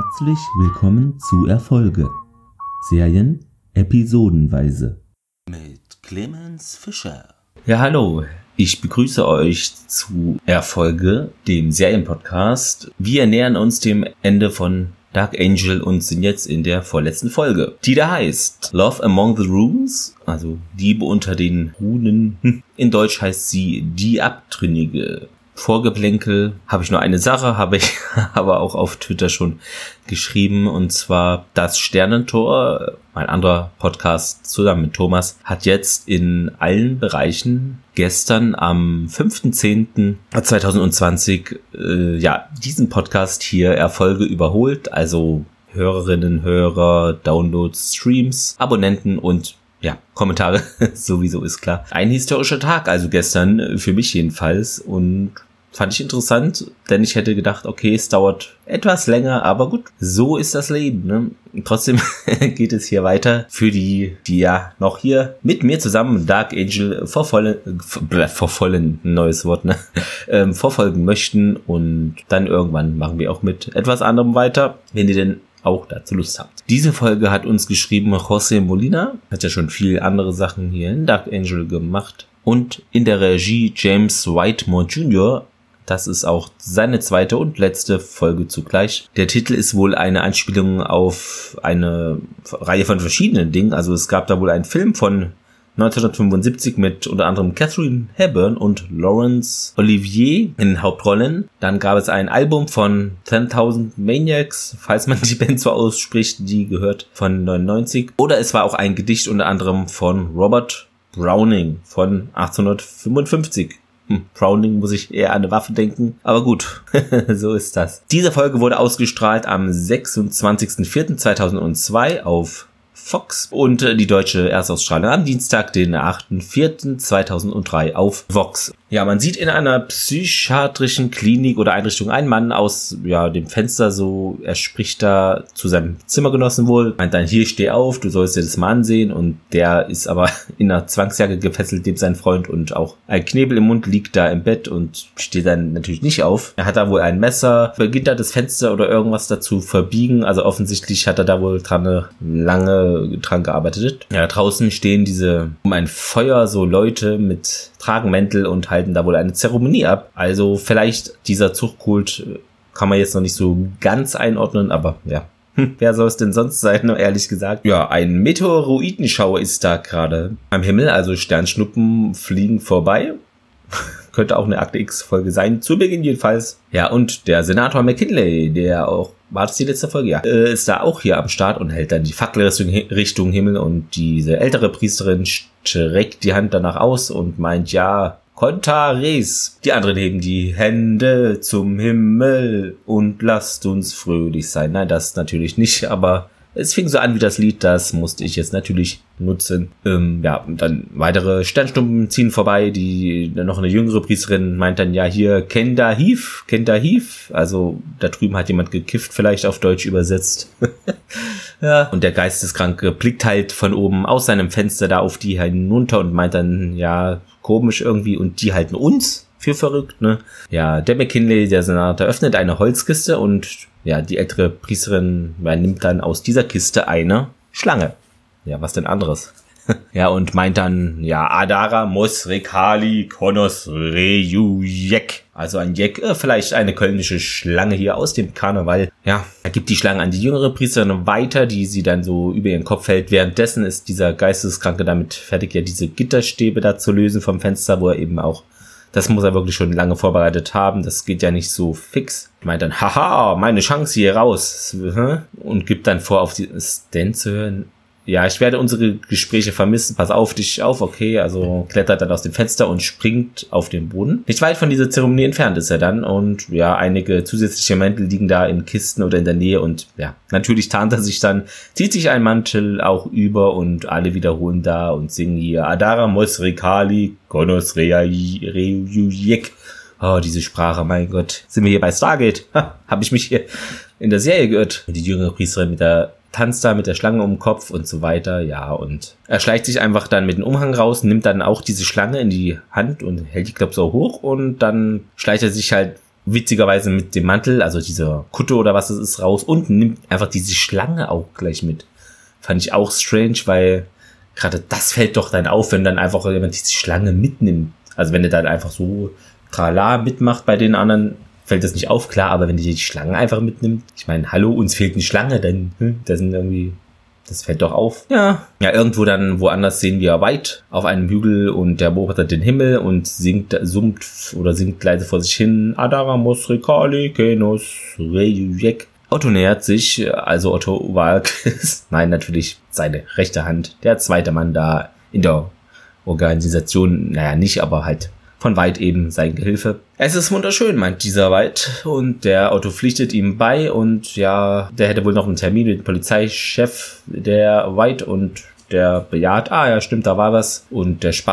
Herzlich willkommen zu Erfolge. Serien episodenweise. Mit Clemens Fischer. Ja, hallo. Ich begrüße euch zu Erfolge, dem Serienpodcast. Wir nähern uns dem Ende von Dark Angel und sind jetzt in der vorletzten Folge, die da heißt Love Among the Runes, also Liebe unter den Runen. In Deutsch heißt sie Die Abtrünnige. Vorgeplänkel habe ich nur eine Sache, habe ich aber auch auf Twitter schon geschrieben, und zwar das Sternentor, mein anderer Podcast zusammen mit Thomas, hat jetzt in allen Bereichen gestern am 5.10.2020 diesen Podcast hier Erfolge überholt, also Hörerinnen, Hörer, Downloads, Streams, Abonnenten und Kommentare, sowieso ist klar. Ein historischer Tag, also gestern, für mich jedenfalls, und fand ich interessant, denn ich hätte gedacht, okay, es dauert etwas länger, aber gut, so ist das Leben, ne? Trotzdem geht es hier weiter für die noch hier mit mir zusammen Dark Angel verfolgen möchten, und dann irgendwann machen wir auch mit etwas anderem weiter, wenn ihr denn auch dazu Lust habt. Diese Folge hat uns geschrieben José Molina, hat ja schon viele andere Sachen hier in Dark Angel gemacht, und in der Regie James Whitemore Jr., das ist auch seine zweite und letzte Folge zugleich. Der Titel ist wohl eine Anspielung auf eine Reihe von verschiedenen Dingen, also es gab da wohl einen Film von 1975 mit unter anderem Katharine Hepburn und Laurence Olivier in Hauptrollen. Dann gab es ein Album von 10.000 Maniacs, falls man die Band so ausspricht, die gehört von 99. Oder es war auch ein Gedicht unter anderem von Robert Browning von 1855. Browning muss ich eher an eine Waffe denken, aber gut, so ist das. Diese Folge wurde ausgestrahlt am 26.04.2002 auf Fox und die deutsche Erstausstrahlung am Dienstag, den 8.04.2003 auf Vox. Ja, man sieht in einer psychiatrischen Klinik oder Einrichtung einen Mann aus dem Fenster, so er spricht da zu seinem Zimmergenossen wohl, meint dann, hier, steh auf, du sollst dir das mal ansehen, und der ist aber in einer Zwangsjacke gefesselt neben seinem Freund und auch ein Knebel im Mund, liegt da im Bett und steht dann natürlich nicht auf. Er hat da wohl ein Messer, beginnt da das Fenster oder irgendwas dazu verbiegen, also offensichtlich hat er da wohl lange dran gearbeitet. Ja, draußen stehen um ein Feuer so Leute mit Tragenmäntel und halten da wohl eine Zeremonie ab. Also vielleicht dieser Zuchtkult kann man jetzt noch nicht so ganz einordnen, aber ja. Wer soll es denn sonst sein, ehrlich gesagt? Ja, ein Meteoroidenschauer ist da gerade am Himmel, also Sternschnuppen fliegen vorbei. Könnte auch eine Akte X-Folge sein, zu Beginn jedenfalls. Ja, und der Senator McKinley, der auch, war das die letzte Folge? Ja, ist da auch hier am Start und hält dann die Fackel Richtung Himmel, und diese ältere Priesterin streckt die Hand danach aus und meint, ja, Conta res. Die anderen heben die Hände zum Himmel und lasst uns fröhlich sein. Nein, das natürlich nicht, aber es fing so an wie das Lied, das musste ich jetzt natürlich nutzen. Und dann weitere Sternschnuppen ziehen vorbei, noch eine jüngere Priesterin meint dann, ja, hier, Kenda Hiv, also da drüben hat jemand gekifft, vielleicht auf Deutsch übersetzt. Ja. Und der Geisteskranke blickt halt von oben aus seinem Fenster da auf die hinunter und meint dann, ja, komisch irgendwie, und die halten uns für verrückt, ne? Ja, der McKinley, der Senator, öffnet eine Holzkiste, und ja, die ältere Priesterin nimmt dann aus dieser Kiste eine Schlange. Ja, was denn anderes? Ja, und meint dann, ja, Adara mos rekali konos rejujek. Also ein Jek, vielleicht eine kölnische Schlange hier aus dem Karneval. Ja, er gibt die Schlange an die jüngere Priesterin weiter, die sie dann so über ihren Kopf hält. Währenddessen ist dieser Geisteskranke damit fertig, ja, diese Gitterstäbe da zu lösen vom Fenster, wo er eben auch, das muss er wirklich schon lange vorbereitet haben. Das geht ja nicht so fix. Meint dann, haha, meine Chance hier raus. Und gibt dann vor, auf die Stand zu hören. Ja, ich werde unsere Gespräche vermissen. Pass auf dich auf, okay. Also klettert dann aus dem Fenster und springt auf den Boden. Nicht weit von dieser Zeremonie entfernt ist er dann. Und ja, einige zusätzliche Mäntel liegen da in Kisten oder in der Nähe. Und ja, natürlich tarnt er sich dann, zieht sich ein Mantel auch über, und alle wiederholen da und singen hier Adara mos rekali konos rejujek. Oh, diese Sprache, mein Gott. Sind wir hier bei Stargate? Habe ich mich hier in der Serie geirrt. Die jüngere Priesterin mit der tanzt da mit der Schlange um den Kopf und so weiter, ja, und er schleicht sich einfach dann mit dem Umhang raus, nimmt dann auch diese Schlange in die Hand und hält die, glaube ich, so hoch, und dann schleicht er sich halt witzigerweise mit dem Mantel, also dieser Kutte oder was es ist, raus und nimmt einfach diese Schlange auch gleich mit. Fand ich auch strange, weil gerade das fällt doch dann auf, wenn dann einfach jemand diese Schlange mitnimmt. Also wenn er dann einfach so trala mitmacht bei den anderen, fällt das nicht auf, klar, aber wenn die Schlange einfach mitnimmt, ich meine, hallo, uns fehlt eine Schlange, dann, das sind irgendwie, das fällt doch auf. Ja, irgendwo dann woanders sehen wir White auf einem Hügel und der beobachtet den Himmel und singt leise vor sich hin, Adaramos Rekali Kenos Rejujek. Otto nähert sich, also Otto Walkes, nein, natürlich seine rechte Hand, der zweite Mann da in der Organisation, naja, nicht, aber halt von White eben sein Gehilfe. Es ist wunderschön, meint dieser White, und der Otto pflichtet ihm bei und ja, der hätte wohl noch einen Termin mit dem Polizeichef, der White, und der bejaht, ja stimmt, da war was, und der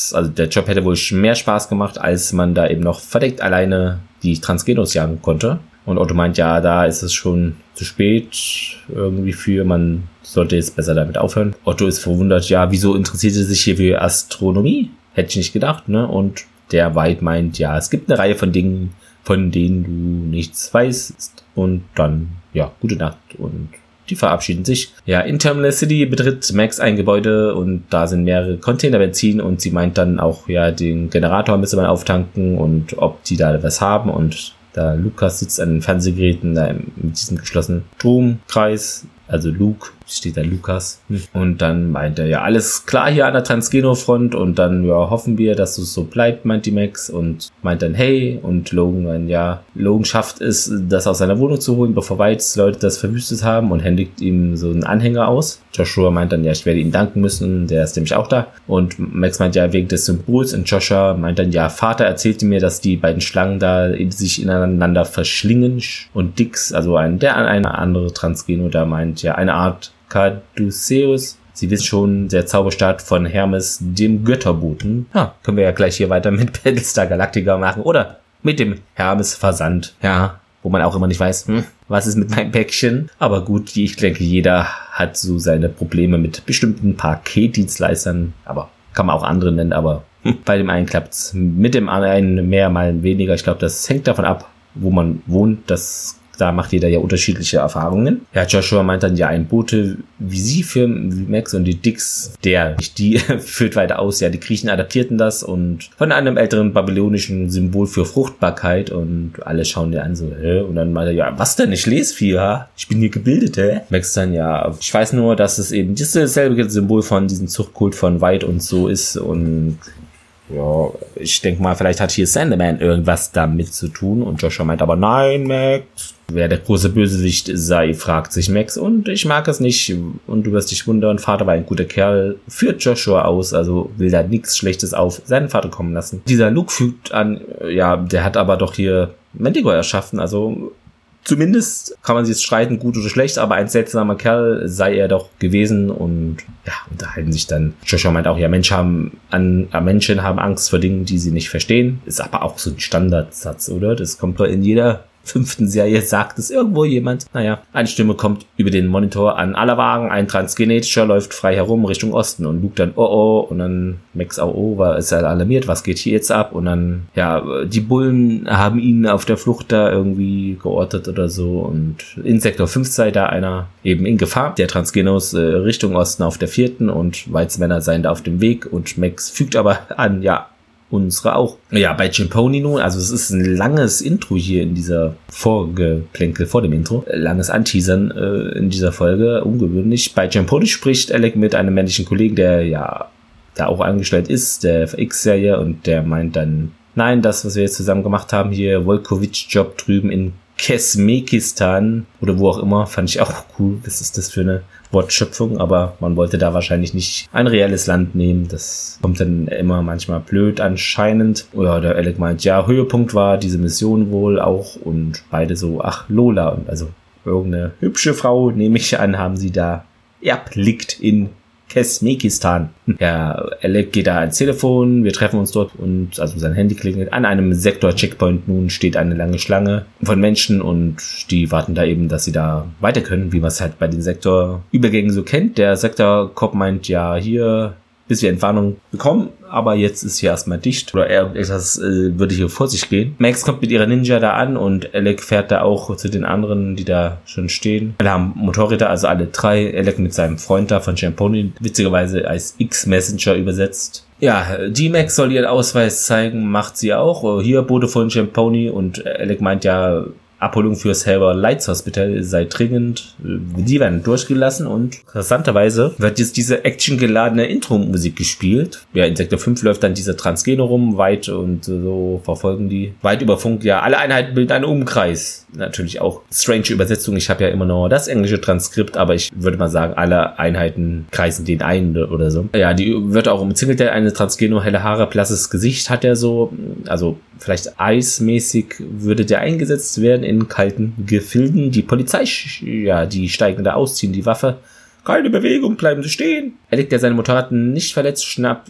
Job hätte wohl mehr Spaß gemacht, als man da eben noch verdeckt alleine die Transgenos jagen konnte. Und Otto meint, ja, da ist es schon zu spät irgendwie man sollte jetzt besser damit aufhören. Otto ist verwundert, ja, wieso interessiert er sich hier für Astronomie? Hätte ich nicht gedacht, ne? Und der White meint, ja, es gibt eine Reihe von Dingen, von denen du nichts weißt. Und dann, ja, gute Nacht. Und die verabschieden sich. Ja, in Terminal City betritt Max ein Gebäude und da sind mehrere Container Benzin und sie meint dann auch, ja, den Generator müsste man auftanken und ob die da was haben, und da Lukas sitzt an den Fernsehgeräten da mit diesem geschlossenen Stromkreis, also Luke, steht da Lukas. Und dann meint er, ja, alles klar hier an der Transgeno-Front, und dann, ja, hoffen wir, dass es so bleibt, meint die Max, und meint dann, hey, und Logan dann, ja, Logan schafft es, das aus seiner Wohnung zu holen, bevor Whites Leute das verwüstet haben, und händigt ihm so einen Anhänger aus. Joshua meint dann, ja, ich werde ihm danken müssen, der ist nämlich auch da. Und Max meint, ja, wegen des Symbols, und Joshua meint dann, ja, Vater erzählte mir, dass die beiden Schlangen da sich ineinander verschlingen, und Dix, also eine andere Transgeno, da meint, ja, eine Art Caduceus. Sie wissen schon, der Zauberstab von Hermes, dem Götterboten. Ja, können wir ja gleich hier weiter mit Battlestar Galactica machen. Oder mit dem Hermes-Versand. Ja, wo man auch immer nicht weiß, was ist mit meinem Päckchen. Aber gut, ich denke, jeder hat so seine Probleme mit bestimmten Paketdienstleistern. Aber kann man auch andere nennen, aber bei dem einen klappt's. Mit dem anderen mehr, mal weniger. Ich glaube, das hängt davon ab, wo man wohnt. Da macht jeder ja unterschiedliche Erfahrungen. Ja, Joshua meint dann, ja, ein Bote wie sie für Max, und die Dix, die führt weiter aus. Ja, die Griechen adaptierten das und von einem älteren babylonischen Symbol für Fruchtbarkeit, und alle schauen dir an so, und dann meint er, ja, was denn? Ich lese viel, ha? Ich bin hier gebildet, Max dann, ja, ich weiß nur, dass es eben dasselbe Symbol von diesem Zuchtkult von White und so ist, und ja, ich denke mal, vielleicht hat hier Sandman irgendwas damit zu tun, und Joshua meint aber, nein, Max, wer der große Bösewicht sei, fragt sich Max, und ich mag es nicht, und du wirst dich wundern, Vater war ein guter Kerl, führt Joshua aus, also will da nichts Schlechtes auf seinen Vater kommen lassen. Dieser Luke fügt an, ja, der hat aber doch hier Mendigo erschaffen, also zumindest kann man sich jetzt streiten, gut oder schlecht, aber ein seltsamer Kerl sei er doch gewesen, und ja, unterhalten sich dann. Joshua meint auch, ja, Menschen haben Angst vor Dingen, die sie nicht verstehen. Ist aber auch so ein Standardsatz, oder? Das kommt doch in jeder 5. Serie, sagt es irgendwo jemand. Naja, eine Stimme kommt über den Monitor an aller Wagen, ein Transgenetischer läuft frei herum Richtung Osten, und Luke dann, oh, und dann Max auch, ist er alarmiert, was geht hier jetzt ab? Und dann, ja, die Bullen haben ihn auf der Flucht da irgendwie geortet oder so, und in Sektor 5 sei da einer eben in Gefahr, der Transgenos Richtung Osten auf der 4. und Weizmänner seien da auf dem Weg, und Max fügt aber an, ja, unsere auch. Ja, bei Ciamponi nun, also es ist ein langes Intro hier in dieser Vorgeplänkel vor dem Intro. Langes Anteasern in dieser Folge, ungewöhnlich. Bei Ciamponi spricht Alec mit einem männlichen Kollegen, der ja da auch angestellt ist, der X-Serie, und der meint dann, nein, das, was wir jetzt zusammen gemacht haben, hier Volkovich-Job drüben in Kesmekistan oder wo auch immer, fand ich auch cool. Was ist das für eine Wortschöpfung? Aber man wollte da wahrscheinlich nicht ein reelles Land nehmen. Das kommt dann immer manchmal blöd anscheinend. Oder der Alec meint, ja, Höhepunkt war diese Mission wohl auch, und beide so, ach, Lola, und also irgendeine hübsche Frau, nehme ich an, haben sie da erblickt in Kesmekistan. Ja, Alec geht da ans Telefon, wir treffen uns dort, und also sein Handy klingelt. An einem Sektor-Checkpoint nun steht eine lange Schlange von Menschen, und die warten da eben, dass sie da weiter können, wie man es halt bei den Sektorübergängen so kennt. Der Sektorcop meint, ja, hier bis wir Entwarnung bekommen. Aber jetzt ist hier erstmal dicht. Oder eher etwas würde hier vor sich gehen. Max kommt mit ihrer Ninja da an und Alec fährt da auch zu den anderen, die da schon stehen. Alle haben Motorräder, also alle 3. Alec mit seinem Freund da von Champoni, witzigerweise als X-Messenger übersetzt. Ja, die Max soll ihren Ausweis zeigen, macht sie auch. Hier Bote von Champoni und Alec meint ja, Abholung für Silver Lights Hospital sei dringend. Die werden durchgelassen und interessanterweise wird jetzt diese actiongeladene Intro-Musik gespielt. Ja, in Sektor 5 läuft dann dieser Transgeno rum, weit und so verfolgen die. Weit über Funk, ja, alle Einheiten bilden einen Umkreis. Natürlich auch strange Übersetzung. Ich habe ja immer noch das englische Transkript, aber ich würde mal sagen, alle Einheiten kreisen den ein oder so. Ja, die wird auch umzingelt. Eine Transgeno, helle Haare, blasses Gesicht hat er so. Also vielleicht eismäßig würde der eingesetzt werden in kalten Gefilden. Die Polizei, ja, die steigen da aus, ziehen die Waffe. Keine Bewegung, bleiben Sie stehen. Alec, der seine Motorrad nicht verletzt, schnappt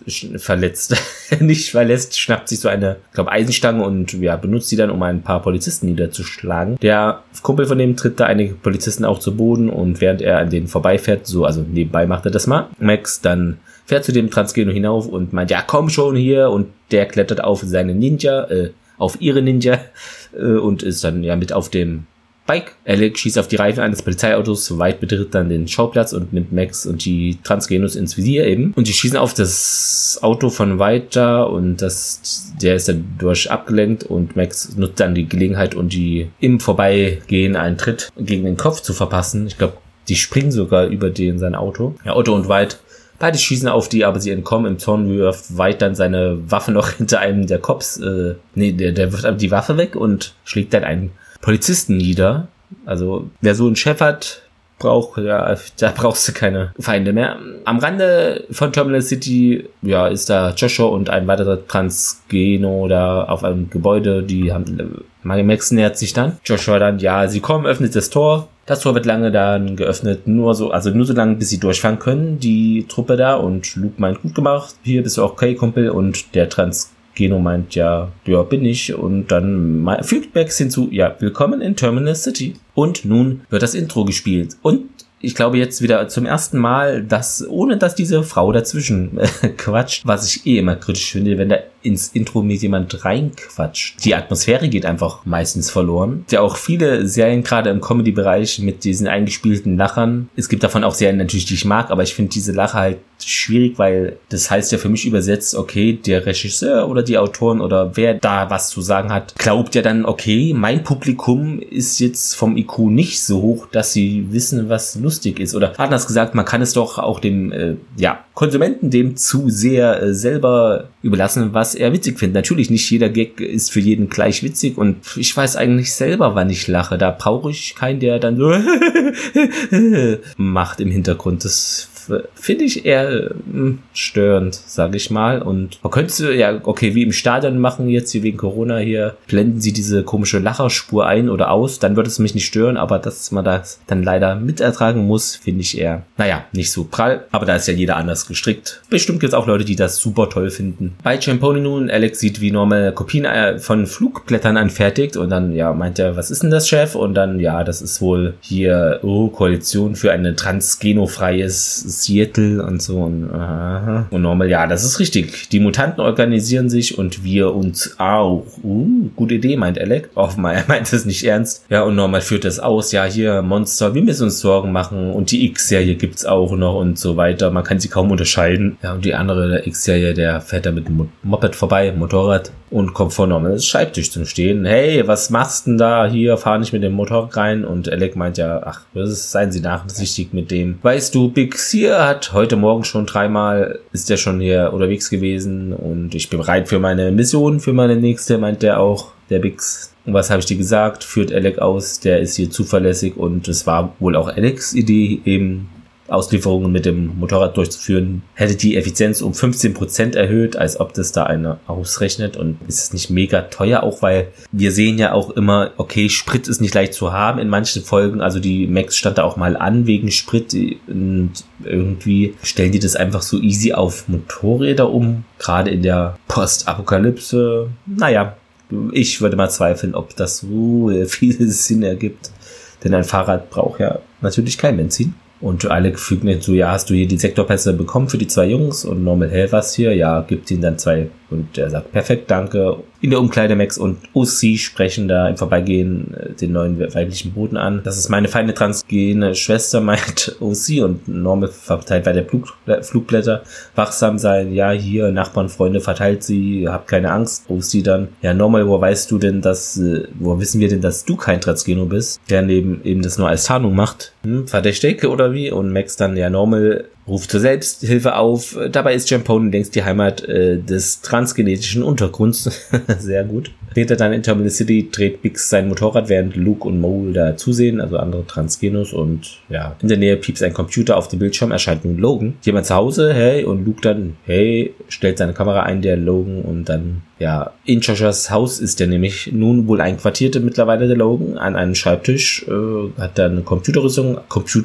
sich so eine, Eisenstange und ja, benutzt sie dann, um ein paar Polizisten niederzuschlagen. Der Kumpel von dem tritt da einige Polizisten auch zu Boden und während er an denen vorbeifährt, so, also nebenbei macht er das mal. Max dann fährt zu dem Transgeno hinauf und meint, ja, komm schon hier, und der klettert auf seine Ninja, auf ihre Ninja und ist dann ja mit auf dem Bike. Alec schießt auf die Reifen eines Polizeiautos, White betritt dann den Schauplatz und nimmt Max und die Transgenos ins Visier eben. Und die schießen auf das Auto von White da und der ist dann durch abgelenkt und Max nutzt dann die Gelegenheit, um die im Vorbeigehen einen Tritt gegen den Kopf zu verpassen. Ich glaube, die springen sogar über sein Auto. Ja, Otto und White, beide schießen auf die, aber sie entkommen. Im Zorn wirft White dann seine Waffe noch hinter einem der Cops. Der wirft die Waffe weg und schlägt dann einen Polizisten nieder. Also wer so einen Chef hat, da brauchst du keine Feinde mehr. Am Rande von Terminal City, ja, ist da Joshua und ein weiterer Transgeno da auf einem Gebäude. Max nähert sich dann. Joshua dann, ja, sie kommen, öffnet das Tor. Das Tor wird lange dann geöffnet, nur so lange, bis sie durchfahren können, die Truppe da. Und Luke meint, gut gemacht, hier bist du auch okay, Kumpel. Und der Transgeno meint, ja, bin ich. Und dann fügt Max hinzu, ja, willkommen in Terminal City. Und nun wird das Intro gespielt. Und ich glaube jetzt wieder zum ersten Mal, ohne dass diese Frau dazwischen quatscht, was ich immer kritisch finde, wenn da ins Intro mit jemand reinquatscht. Die Atmosphäre geht einfach meistens verloren. Ja, auch viele Serien, gerade im Comedy-Bereich, mit diesen eingespielten Lachern. Es gibt davon auch Serien natürlich, die ich mag, aber ich finde diese Lacher halt schwierig, weil das heißt ja für mich übersetzt, okay, der Regisseur oder die Autoren oder wer da was zu sagen hat, glaubt ja dann, okay, mein Publikum ist jetzt vom IQ nicht so hoch, dass sie wissen, was lustig ist. Oder anders gesagt, man kann es doch auch dem Konsumenten dem zu sehr selber überlassen, was er witzig findet. Natürlich, nicht jeder Gag ist für jeden gleich witzig und ich weiß eigentlich selber, wann ich lache. Da brauche ich keinen, der dann so macht im Hintergrund. Das finde ich eher störend, sage ich mal. Und man könnte ja, okay, wie im Stadion machen jetzt, hier wegen Corona hier, blenden sie diese komische Lacherspur ein oder aus, dann würde es mich nicht stören, aber dass man das dann leider mitertragen muss, finde ich eher, nicht so prall. Aber da ist ja jeder anders gestrickt. Bestimmt gibt es auch Leute, die das super toll finden. Bei Champoni nun, Alex sieht, wie normal Kopien von Flugblättern anfertigt und dann, meint er, was ist denn das, Chef? Und dann, das ist wohl hier, Koalition für ein transgenofreies Seattle und so. Und normal, das ist richtig. Die Mutanten organisieren sich und wir uns auch. Gute Idee, meint Alec. Er meint es nicht ernst. Ja, und normal führt das aus. Ja, hier Monster, wir müssen uns Sorgen machen. Und die X-Serie gibt's auch noch und so weiter. Man kann sie kaum unterscheiden. Ja, und die andere, der X-Serie, der fährt da mit dem Moped vorbei, Motorrad, und kommt vor normales Schreibtisch zum Stehen. Hey, was machst denn da? Hier, fahr nicht mit dem Motorrad rein. Und Alec meint ja, seien Sie nachsichtig mit dem. Weißt du, Big Sear hat heute Morgen schon 3-mal, ist der schon hier unterwegs gewesen und ich bin bereit für meine Mission, für meine nächste, meint der auch, der Bix. Und was habe ich dir gesagt? Führt Alec aus, der ist hier zuverlässig und es war wohl auch Alecs Idee, eben Auslieferungen mit dem Motorrad durchzuführen, hätte die Effizienz um 15% erhöht, als ob das da einer ausrechnet. Und ist es nicht mega teuer, auch weil wir sehen ja auch immer, okay, Sprit ist nicht leicht zu haben in manchen Folgen, also die Max stand da auch mal an wegen Sprit und irgendwie stellen die das einfach so easy auf Motorräder um, gerade in der Postapokalypse. Ich würde mal zweifeln, ob das so viel Sinn ergibt, denn ein Fahrrad braucht ja natürlich kein Benzin. Und Alec fügt hinzu, ja, hast du hier die Sektorpässe bekommen für die 2 Jungs? Und Normal, hey, was hier? Ja, gibt ihnen dann 2. Und er sagt, perfekt, danke. In der Umkleide Max und OC sprechen da im Vorbeigehen den neuen weiblichen Boten an. Das ist meine feine transgene Schwester, meint OC. Und Normal verteilt weiter Flugblätter. Wachsam sein, ja, hier, Nachbarn, Freunde, verteilt sie, habt keine Angst. OC dann, ja, Normal, woher wissen wir denn, dass du kein Transgeno bist? Der eben das nur als Tarnung macht. Verdächtig oder wie? Und Max dann, ja, Normal ruft zur Selbsthilfe auf. Dabei ist Jampone längst die Heimat des transgenetischen Untergrunds. Sehr gut. Später dann in Terminal City dreht Biggs sein Motorrad, während Luke und Mole da zusehen, also andere Transgenos. Und ja, in der Nähe piepst ein Computer, auf dem Bildschirm erscheint nun Logan. Jemand zu Hause, hey, und Luke dann, hey, stellt seine Kamera ein, der Logan, und dann, ja, in Joshas Haus ist der nämlich nun wohl einquartierte mittlerweile, der Logan, an einem Schreibtisch, hat da eine Computerrüstung,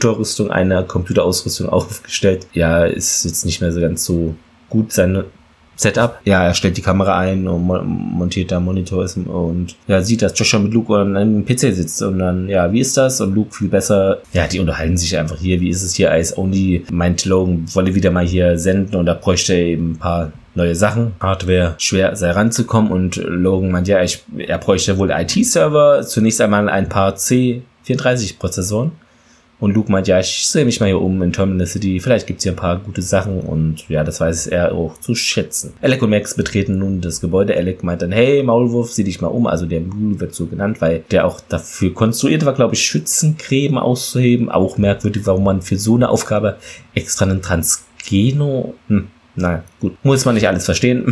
eine Computerausrüstung aufgestellt. Ja, ist jetzt nicht mehr so ganz so gut seine Setup. Ja, er stellt die Kamera ein und montiert da Monitor und ja, sieht, dass Joshua mit Luke an einem PC sitzt und dann, ja, wie ist das? Und Luke viel besser. Ja, die unterhalten sich einfach hier. Wie ist es hier? Eyes Only meint Logan, wolle wieder mal hier senden und da bräuchte er eben ein paar neue Sachen. Hardware schwer sei ranzukommen und Logan meint, ja, er bräuchte wohl IT-Server. Zunächst einmal ein paar C34-Prozessoren. Und Luke meint, ja, ich sehe mich mal hier um in Terminal City, vielleicht gibt's hier ein paar gute Sachen und ja, das weiß er auch zu schätzen. Alec und Max betreten nun das Gebäude. Alec meint dann, hey, Maulwurf, sieh dich mal um. Also der Mule wird so genannt, weil der auch dafür konstruiert war, glaube ich, Schützencreme auszuheben. Auch merkwürdig, warum man für so eine Aufgabe extra einen Transgeno... Naja, gut. Muss man nicht alles verstehen.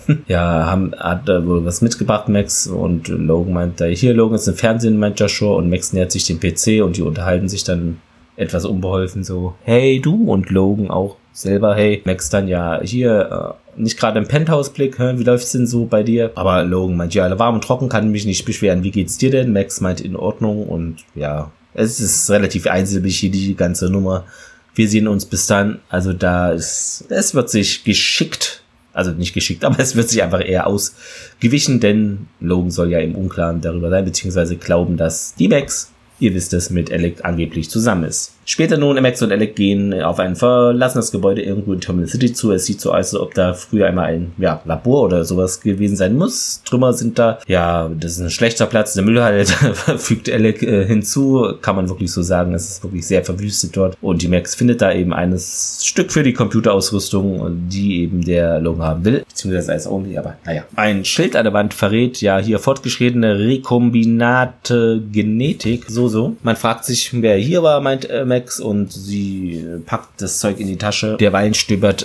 Ja, hat wohl was mitgebracht, Max. Und Logan meint, hier, Logan ist im Fernsehen, meint Joshua. Und Max nähert sich dem PC und die unterhalten sich dann etwas unbeholfen so, hey, du. Und Logan auch selber, hey. Max dann, ja, hier, nicht gerade im Penthouse-Blick, wie läuft's denn so bei dir? Aber Logan meint, ja, warm und trocken, kann mich nicht beschweren. Wie geht's dir denn? Max meint, in Ordnung. Und ja, es ist relativ einsilbig hier, die ganze Nummer. Wir sehen uns bis dann, also es wird sich geschickt, also nicht geschickt, aber es wird sich einfach eher ausgewichen, denn Logan soll ja im Unklaren darüber sein, beziehungsweise glauben, dass die Max, ihr wisst es, mit Alec angeblich zusammen ist. Später nun, Max und Alec gehen auf ein verlassenes Gebäude irgendwo in Terminal City zu. Es sieht so aus, als ob da früher einmal ein Labor oder sowas gewesen sein muss. Trümmer sind da. Ja, das ist ein schlechter Platz. Der Müllhalde fügt Alec hinzu. Kann man wirklich so sagen. Es ist wirklich sehr verwüstet dort. Und die Max findet da eben eines Stück für die Computerausrüstung, die eben der Logan haben will. Beziehungsweise als Only, aber naja. Ein Schild an der Wand verrät, ja, hier fortgeschrittene rekombinate Genetik. So. Man fragt sich, wer hier war, meint Max, und sie packt das Zeug in die Tasche. Derweil stöbert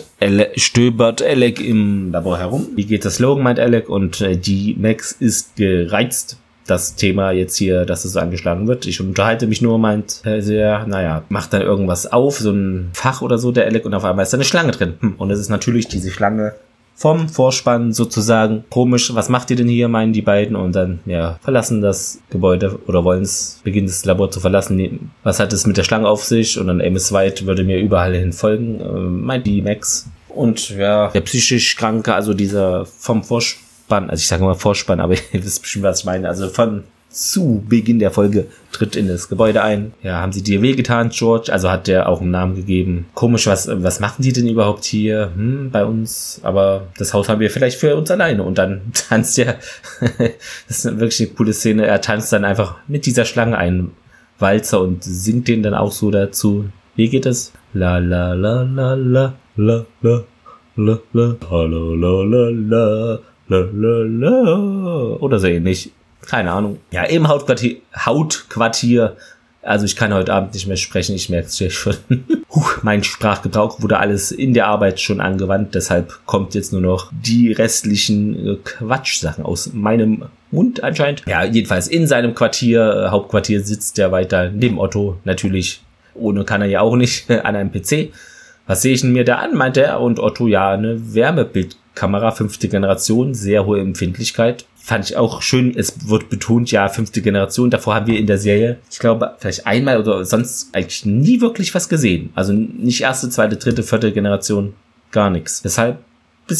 Alec im Labor herum. Wie geht das, Logan, meint Alec, und die Max ist gereizt. Das Thema jetzt hier, dass es so angeschlagen wird. Ich unterhalte mich nur, meint macht dann irgendwas auf, so ein Fach oder so, der Alec, und auf einmal ist da eine Schlange drin. Und es ist natürlich diese Schlange vom Vorspann sozusagen. Komisch, was macht ihr denn hier, meinen die beiden, und dann, ja, verlassen das Gebäude oder beginnen das Labor zu verlassen. Was hat es mit der Schlange auf sich? Und dann Amos White würde mir überall hin folgen, meint die Max. Und ja, der psychisch Kranke, also dieser vom Vorspann, also ich sage mal Vorspann, aber ihr wisst bestimmt, was ich meine, also zu Beginn der Folge tritt in das Gebäude ein. Ja, haben sie dir wehgetan, George? Also hat der auch einen Namen gegeben. Komisch, was machen die denn überhaupt hier bei uns? Aber das Haus haben wir vielleicht für uns alleine. Und dann tanzt er, das ist wirklich eine coole Szene, er tanzt dann einfach mit dieser Schlange einen Walzer und singt den dann auch so dazu. Wie geht es? La la la la la la la la la la la la la la oder so ähnlich. Keine Ahnung. Ja, im Hautquartier. Also ich kann heute Abend nicht mehr sprechen, ich merke es ja schon. Mein Sprachgebrauch wurde alles in der Arbeit schon angewandt, deshalb kommt jetzt nur noch die restlichen Quatschsachen aus meinem Mund anscheinend. Ja, jedenfalls in seinem Hauptquartier sitzt der weiter neben Otto. Natürlich, ohne kann er ja auch nicht, an einem PC. Was sehe ich denn mir da an, meint er. Und Otto, ja, eine Wärmebildkamera, 5. Generation, sehr hohe Empfindlichkeit. Fand ich auch schön, es wird betont, ja, 5. Generation. Davor haben wir in der Serie, ich glaube, vielleicht einmal oder sonst eigentlich nie wirklich was gesehen. Also nicht 1., 2., 3., 4. Generation, gar nichts. Deshalb bisschen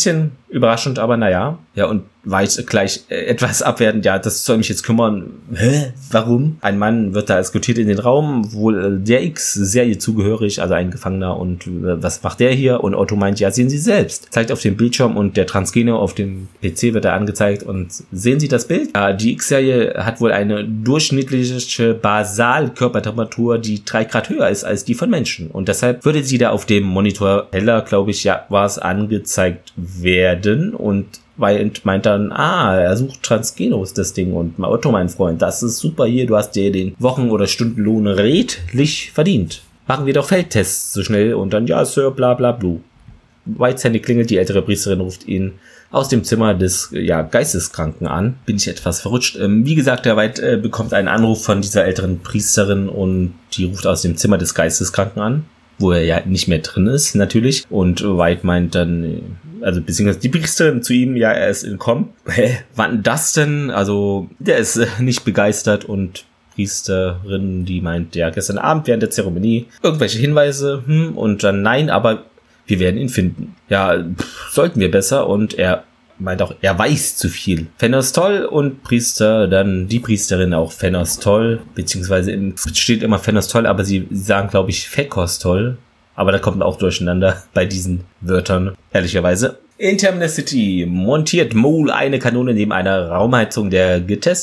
Überraschend, aber naja. Ja, und war ich gleich etwas abwertend. Ja, das soll mich jetzt kümmern. Hä? Warum? Ein Mann wird da eskortiert in den Raum, wohl der X-Serie zugehörig, also ein Gefangener. Und was macht der hier? Und Otto meint, ja, sehen Sie selbst. Zeigt auf dem Bildschirm und der Transgeno auf dem PC wird da angezeigt. Und sehen Sie das Bild? Ja, die X-Serie hat wohl eine durchschnittliche Basalkörpertemperatur, die 3 Grad höher ist als die von Menschen. Und deshalb würde sie da auf dem Monitor heller, glaube ich, ja, war es angezeigt werden. Und weil meint dann, er sucht Transgenos, das Ding. Und Otto, mein Freund, das ist super hier. Du hast dir den Wochen- oder Stundenlohn redlich verdient. Machen wir doch Feldtests so schnell. Und dann, ja, Sir, bla bla bla. Whites Handy klingelt, die ältere Priesterin ruft ihn aus dem Zimmer des Geisteskranken an. Bin ich etwas verrutscht. Wie gesagt, der White bekommt einen Anruf von dieser älteren Priesterin und die ruft aus dem Zimmer des Geisteskranken an, wo er ja nicht mehr drin ist, natürlich. Und White meint dann, also beziehungsweise die Priesterin zu ihm, ja, er ist entkommen. Hä, wann das denn? Also, der ist nicht begeistert und Priesterin, die meint, ja, gestern Abend während der Zeremonie irgendwelche Hinweise, und dann nein, aber wir werden ihn finden. Ja, sollten wir besser. Und er meint auch, er weiß zu viel. Fenostol und Priester, dann die Priesterin auch Fenostol, beziehungsweise steht immer Fenostol, aber sie sagen, glaube ich, Fekostol. Aber da kommt man auch durcheinander bei diesen Wörtern, ehrlicherweise. In Terminal City montiert Mole eine Kanone neben einer Raumheizung. Der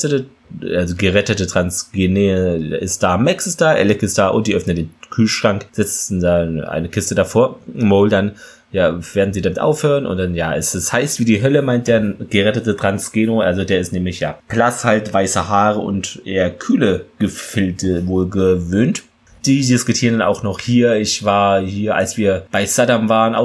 gerettete Transgene ist da, Max ist da, Alec ist da und die öffnen den Kühlschrank, setzen da eine Kiste davor. Mole dann, ja, werden sie damit aufhören und dann, ja, es ist heiß wie die Hölle, meint der gerettete Transgeno, also der ist nämlich, ja, blass halt, weiße Haare und eher kühle Gefilde wohl gewöhnt. Die diskutieren dann auch noch hier. Ich war hier, als wir bei Saddam waren,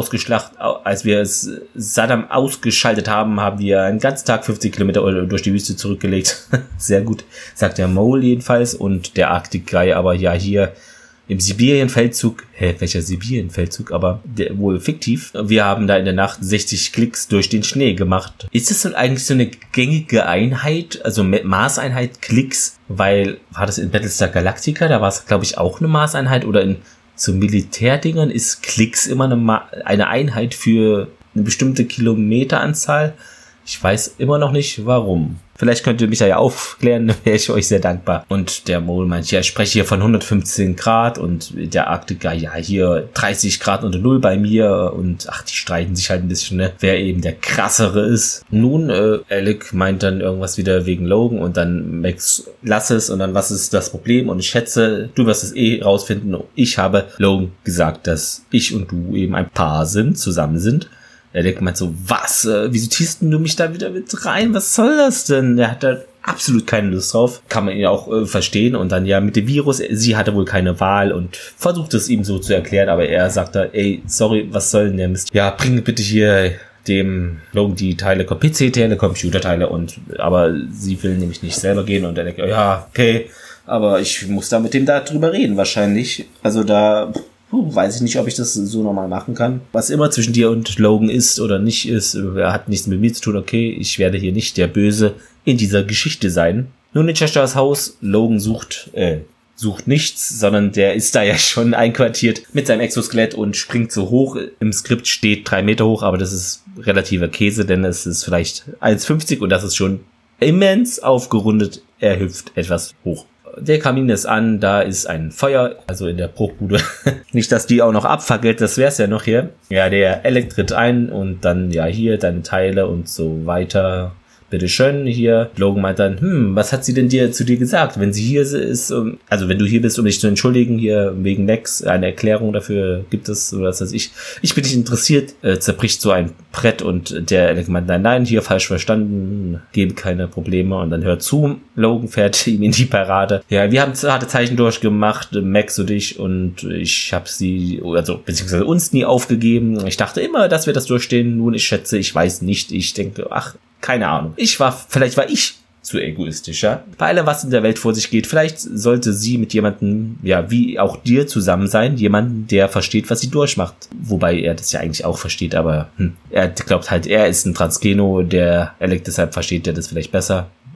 als wir Saddam ausgeschaltet haben, haben wir einen ganzen Tag 50 Kilometer durch die Wüste zurückgelegt. Sehr gut, sagt der Mole jedenfalls. Und der Arctic Guy aber ja hier im Sibirien-Feldzug. Welcher Sibirien-Feldzug? Aber der wohl fiktiv. Wir haben da in der Nacht 60 Klicks durch den Schnee gemacht. Ist das eigentlich so eine gängige Einheit, also Maßeinheit Klicks? Weil, war das in Battlestar Galactica? Da war es, glaube ich, auch eine Maßeinheit. Oder in so Militärdingern ist Klicks immer eine Einheit für eine bestimmte Kilometeranzahl. Ich weiß immer noch nicht, warum. Vielleicht könnt ihr mich da ja aufklären, dann wäre ich euch sehr dankbar. Und der Mole meint, ja, ich spreche hier von 115 Grad und der Arktiker, ja, hier 30 Grad unter Null bei mir und die streiten sich halt ein bisschen, ne, wer eben der krassere ist. Nun, Alec meint dann irgendwas wieder wegen Logan und dann Max, lass es und dann, was ist das Problem? Und ich schätze, du wirst es rausfinden. Ich habe Logan gesagt, dass ich und du eben ein Paar sind, zusammen sind. Alec meint so, was? Wieso ziehst du mich da wieder mit rein? Was soll das denn? Er hat da absolut keine Lust drauf. Kann man ihn auch verstehen. Und dann ja mit dem Virus, sie hatte wohl keine Wahl und versucht es ihm so zu erklären. Aber er sagt da, ey, sorry, was soll denn der Mist? Ja, bring bitte hier dem Logan die Teile, PC-Teile, Computerteile aber sie will nämlich nicht selber gehen. Und Alec, ja, okay, aber ich muss da mit dem da drüber reden wahrscheinlich. Also da... weiß ich nicht, ob ich das so normal machen kann. Was immer zwischen dir und Logan ist oder nicht ist, er hat nichts mit mir zu tun, okay, ich werde hier nicht der Böse in dieser Geschichte sein. Nun in Chesters Haus, Logan sucht nichts, sondern der ist da ja schon einquartiert mit seinem Exoskelett und springt so hoch. Im Skript steht 3 Meter hoch, aber das ist relativer Käse, denn es ist vielleicht 1,50 und das ist schon immens aufgerundet. Er hüpft etwas hoch. Der Kamin ist an, da ist ein Feuer, also in der Bruchbude. Nicht, dass die auch noch abfackelt, das wär's ja noch hier. Ja, der Alec tritt ein und dann, ja, hier deine Teile und so weiter. Bitteschön, hier. Logan meint dann, was hat sie denn zu dir gesagt? Wenn sie hier ist, also wenn du hier bist, um dich zu entschuldigen, hier wegen Max, eine Erklärung dafür gibt es, oder was weiß ich. Ich bin nicht interessiert, zerbricht so ein Brett und der Alec meint, nein, hier falsch verstanden, geben keine Probleme und dann hört zu, Logan fährt ihm in die Parade. Ja, wir haben harte Zeichen durchgemacht, Max und ich, und ich habe sie, also beziehungsweise uns nie aufgegeben. Ich dachte immer, dass wir das durchstehen. Nun, ich schätze, ich weiß nicht, ich denke, keine Ahnung. Vielleicht war ich zu egoistisch, ja. Bei allem, was in der Welt vor sich geht, vielleicht sollte sie mit jemandem, ja, wie auch dir zusammen sein, jemanden, der versteht, was sie durchmacht. Wobei er das ja eigentlich auch versteht, aber er glaubt halt, er ist ein Transgeno, der Alec deshalb versteht er das vielleicht besser.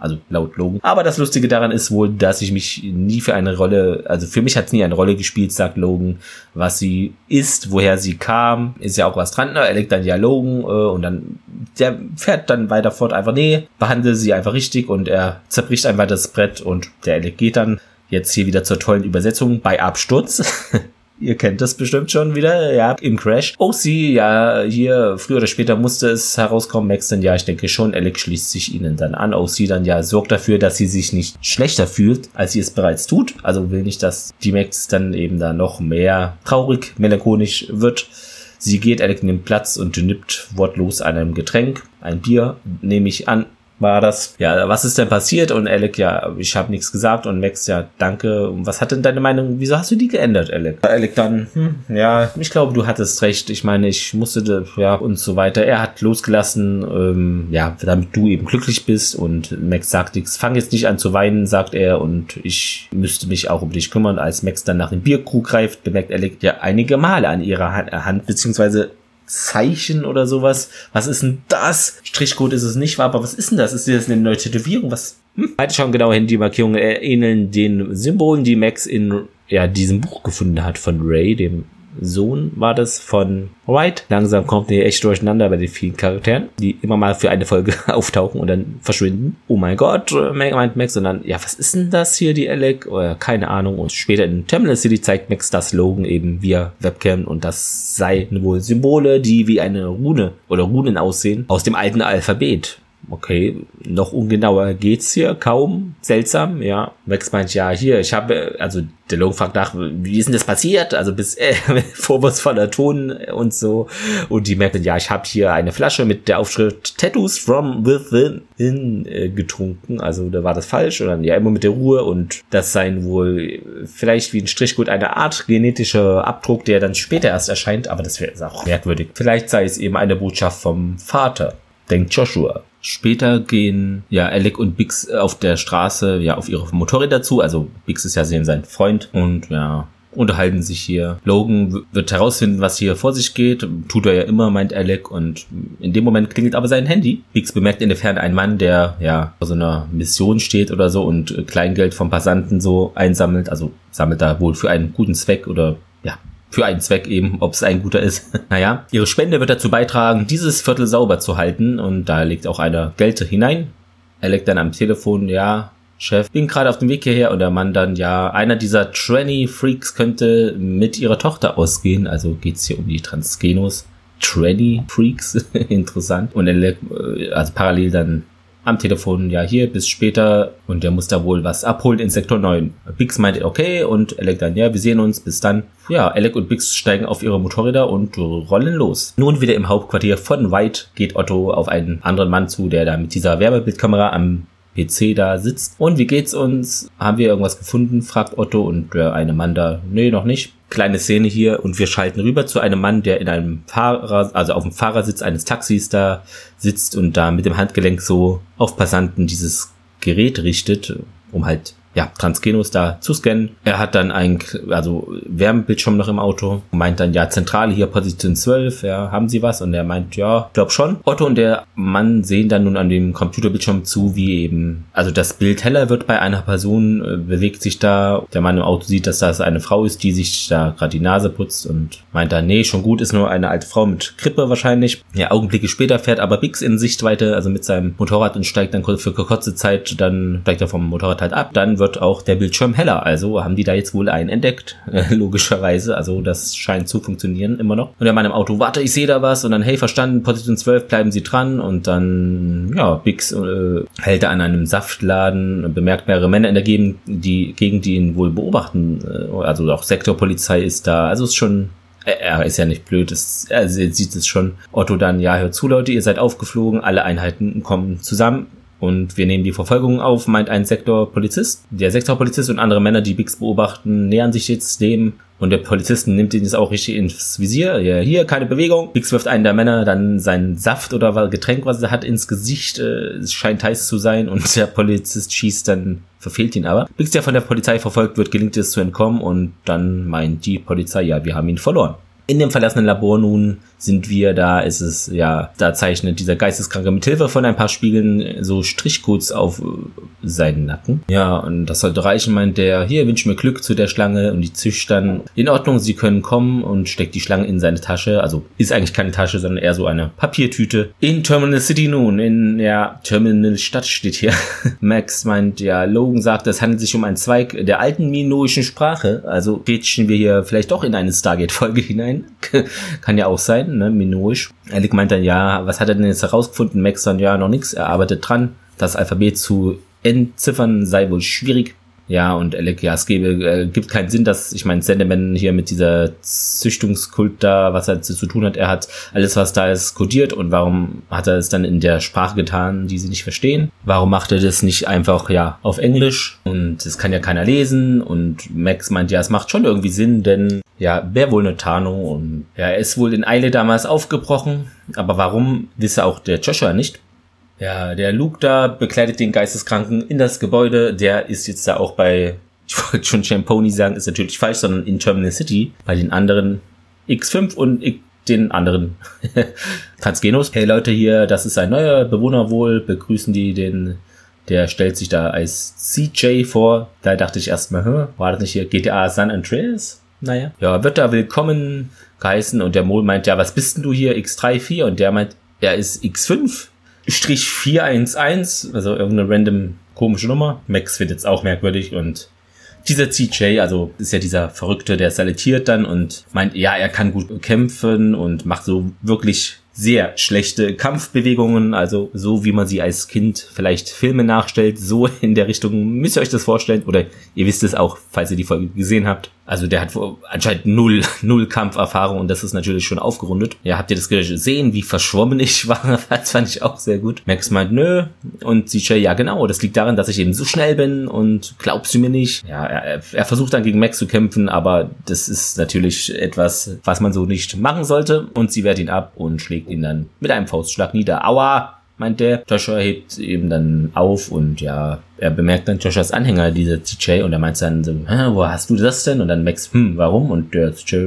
also laut Logan. Aber das Lustige daran ist wohl, dass ich mich nie für eine Rolle, also für mich hat es nie eine Rolle gespielt, sagt Logan, was sie ist, woher sie kam, ist ja auch was dran. Alec dann ja Logan und dann, der fährt dann weiter fort, einfach behandle sie einfach richtig und er zerbricht einfach das Brett und der Alec geht dann jetzt hier wieder zur tollen Übersetzung bei Absturz. Ihr kennt das bestimmt schon wieder, ja, im Crash. OC, ja, hier, früher oder später musste es herauskommen. Max dann, ja, ich denke schon. Alec schließt sich ihnen dann an. OC dann, ja, sorgt dafür, dass sie sich nicht schlechter fühlt, als sie es bereits tut. Also will nicht, dass die Max dann eben da noch mehr traurig, melancholisch wird. Sie geht, Alec nimmt Platz und nippt wortlos an einem Getränk. Ein Bier, nehme ich an. War das, ja, was ist denn passiert? Und Alec, ja, ich habe nichts gesagt. Und Max, ja, danke. Und was hat denn deine Meinung? Wieso hast du die geändert, Alec? Alec dann, ja, ich glaube, du hattest recht. Ich meine, ich musste, ja, und so weiter. Er hat losgelassen, ja, damit du eben glücklich bist. Und Max sagt, ich fange jetzt nicht an zu weinen, sagt er. Und ich müsste mich auch um dich kümmern. Als Max dann nach dem Bierkrug greift, bemerkt Alec ja einige Male an ihrer Hand beziehungsweise Zeichen oder sowas. Was ist denn das? Strichcode ist es nicht, aber was ist denn das? Ist das eine neue Tätowierung? Was? Beide schauen genau hin, die Markierungen ähneln den Symbolen, die Max in diesem Buch gefunden hat von Ray, dem Sohn war das von White. Langsam kommt die echt durcheinander bei den vielen Charakteren, die immer mal für eine Folge auftauchen und dann verschwinden. Oh mein Gott, meint Max. Und dann, ja, was ist denn das hier, die Alec? Oder keine Ahnung. Und später in Terminal City zeigt Max das Logan eben via Webcam und das seien wohl Symbole, die wie eine Rune oder Runen aussehen aus dem alten Alphabet. Okay, noch ungenauer geht's hier kaum. Seltsam, ja. Max meint, ja, hier, ich habe, also der Logan fragt nach, wie ist denn das passiert? Also bis vorwurfsvoller Ton und so. Und die merkt dann, ja, ich habe hier eine Flasche mit der Aufschrift Tattoos from within getrunken. Also da war das falsch. Und dann, ja, immer mit der Ruhe. Und das seien wohl vielleicht wie ein Strichcode eine Art genetischer Abdruck, der dann später erst erscheint. Aber das wäre auch merkwürdig. Vielleicht sei es eben eine Botschaft vom Vater, denkt Joshua. Später gehen ja Alec und Biggs auf der Straße ja auf ihre Motorräder zu. Also Biggs ist ja sein Freund und ja, unterhalten sich hier. Logan wird herausfinden, was hier vor sich geht. Tut er ja immer, meint Alec. Und in dem Moment klingelt aber sein Handy. Biggs bemerkt in der Ferne einen Mann, der ja vor so einer Mission steht oder so und Kleingeld vom Passanten so einsammelt. Also sammelt da wohl für einen guten Zweck oder ja, für einen Zweck eben, ob es ein guter ist. Naja, ihre Spende wird dazu beitragen, dieses Viertel sauber zu halten und da legt auch einer Geld hinein. Alec dann am Telefon, ja, Chef, bin gerade auf dem Weg hierher und der Mann dann, ja, einer dieser Tranny-Freaks könnte mit ihrer Tochter ausgehen, also geht's hier um die Transgenos. Tranny-Freaks, interessant. Und Alec, also parallel dann am Telefon, ja, hier, bis später. Und der muss da wohl was abholen in Sektor 9. Biggs meint, okay. Und Alec dann, ja, wir sehen uns, bis dann. Ja, Alec und Biggs steigen auf ihre Motorräder und rollen los. Nun wieder im Hauptquartier von White geht Otto auf einen anderen Mann zu, der da mit dieser Wärmebildkamera am PC da sitzt. Und wie geht's uns? Haben wir irgendwas gefunden? Fragt Otto und der eine Mann da, nee, noch nicht. Kleine Szene hier und wir schalten rüber zu einem Mann, der in einem auf dem Fahrersitz eines Taxis da sitzt und da mit dem Handgelenk so auf Passanten dieses Gerät richtet, um halt, ja, Transgenos da zu scannen. Er hat dann Wärmebildschirm noch im Auto, meint dann, ja, Zentrale hier, Position 12, ja, haben Sie was? Und er meint, ja, glaub schon. Otto und der Mann sehen dann nun an dem Computerbildschirm zu, wie eben, also das Bild heller wird bei einer Person, bewegt sich da, der Mann im Auto sieht, dass das eine Frau ist, die sich da gerade die Nase putzt und meint dann, nee, schon gut, ist nur eine alte Frau mit Grippe wahrscheinlich. Ja, Augenblicke später fährt aber Biggs in Sichtweite, also mit seinem Motorrad und steigt dann für kurze Zeit, dann steigt er vom Motorrad halt ab, dann wird auch der Bildschirm heller. Also haben die da jetzt wohl einen entdeckt, logischerweise. Also das scheint zu funktionieren immer noch. Und der Mann im Auto, warte, ich sehe da was. Und dann, hey, verstanden, Position 12, bleiben Sie dran. Und dann, ja, Biggs hält da an einem Saftladen, bemerkt mehrere Männer in der Gegend, die ihn wohl beobachten. Also auch Sektorpolizei ist da. Also ist schon... Er ist ja nicht blöd, er sieht es schon. Otto dann, ja, hört zu, Leute, ihr seid aufgeflogen, alle Einheiten kommen zusammen. Und wir nehmen die Verfolgung auf, meint ein Sektorpolizist. Der Sektorpolizist und andere Männer, die Biggs beobachten, nähern sich jetzt dem. Und der Polizist nimmt ihn jetzt auch richtig ins Visier. Ja, hier, keine Bewegung. Biggs wirft einen der Männer dann seinen Saft oder Getränk, was er hat, ins Gesicht. Es scheint heiß zu sein. Und der Polizist schießt dann, verfehlt ihn aber. Biggs, der von der Polizei verfolgt wird, gelingt es zu entkommen. Und dann meint die Polizei, ja, wir haben ihn verloren. In dem verlassenen Labor nun sind wir, da ist es, ja, da zeichnet dieser Geisteskranke mit Hilfe von ein paar Spiegeln so Strichcodes auf seinen Nacken. Ja, und das sollte reichen, meint der, hier, wünsch mir Glück zu der Schlange, und die zischt dann, in Ordnung, sie können kommen, und steckt die Schlange in seine Tasche, also ist eigentlich keine Tasche, sondern eher so eine Papiertüte. In Terminal City nun, in, ja, Terminal Stadt steht hier. Max meint, ja, Logan sagt, es handelt sich um einen Zweig der alten minoischen Sprache, also rätschen wir hier vielleicht doch in eine Stargate-Folge hinein. Kann ja auch sein, ne, minoisch. Alec meint dann, ja, was hat er denn jetzt herausgefunden? Max dann, ja, noch nichts, er arbeitet dran. Das Alphabet zu entziffern sei wohl schwierig. Ja, und Alec, ja, es gibt keinen Sinn, dass, ich meine, Sandman hier mit dieser Züchtungskult da, was er zu tun hat, er hat alles, was da ist, kodiert, und warum hat er es dann in der Sprache getan, die sie nicht verstehen? Warum macht er das nicht einfach, ja, auf Englisch? Und das kann ja keiner lesen, und Max meint, ja, es macht schon irgendwie Sinn, denn, ja, wäre wohl eine Tarnung, und ja, er ist wohl in Eile damals aufgebrochen, aber warum, wisse auch der Joshua nicht. Ja, der Luke da begleitet den Geisteskranken in das Gebäude. Der ist jetzt da auch bei, ich wollte schon Champoni sagen, ist natürlich falsch, sondern in Terminal City bei den anderen X5 und den anderen Transgenos. Hey Leute, hier, das ist ein neuer Bewohner wohl, begrüßen die den, der stellt sich da als CJ vor. Da dachte ich erstmal, war das nicht hier GTA San Andreas? Naja. Ja, wird da willkommen geheißen, und der Mol meint, ja, was bist denn du hier, X34? Und der meint, er ist X5. Strich 411, also irgendeine random komische Nummer. Max findet es auch merkwürdig, und dieser CJ, also ist ja dieser Verrückte, der salutiert dann und meint, ja, er kann gut kämpfen und macht so wirklich sehr schlechte Kampfbewegungen, also so wie man sie als Kind vielleicht Filme nachstellt, so in der Richtung müsst ihr euch das vorstellen, oder ihr wisst es auch, falls ihr die Folge gesehen habt. Also der hat anscheinend null Kampferfahrung, und das ist natürlich schon aufgerundet. Ja, habt ihr das gesehen, wie verschwommen ich war? Das fand ich auch sehr gut. Max meint, nö, und CJ, ja genau, das liegt daran, dass ich eben so schnell bin, und glaubst du mir nicht? Ja, er versucht dann gegen Max zu kämpfen, aber das ist natürlich etwas, was man so nicht machen sollte, und sie wehrt ihn ab und schlägt ihn dann mit einem Faustschlag nieder. Aua, meint der. Joshua hebt eben dann auf, und ja, er bemerkt dann Joshuas Anhänger, dieser CJ, und er meint dann so, wo hast du das denn? Und dann Max, warum? Und der CJ,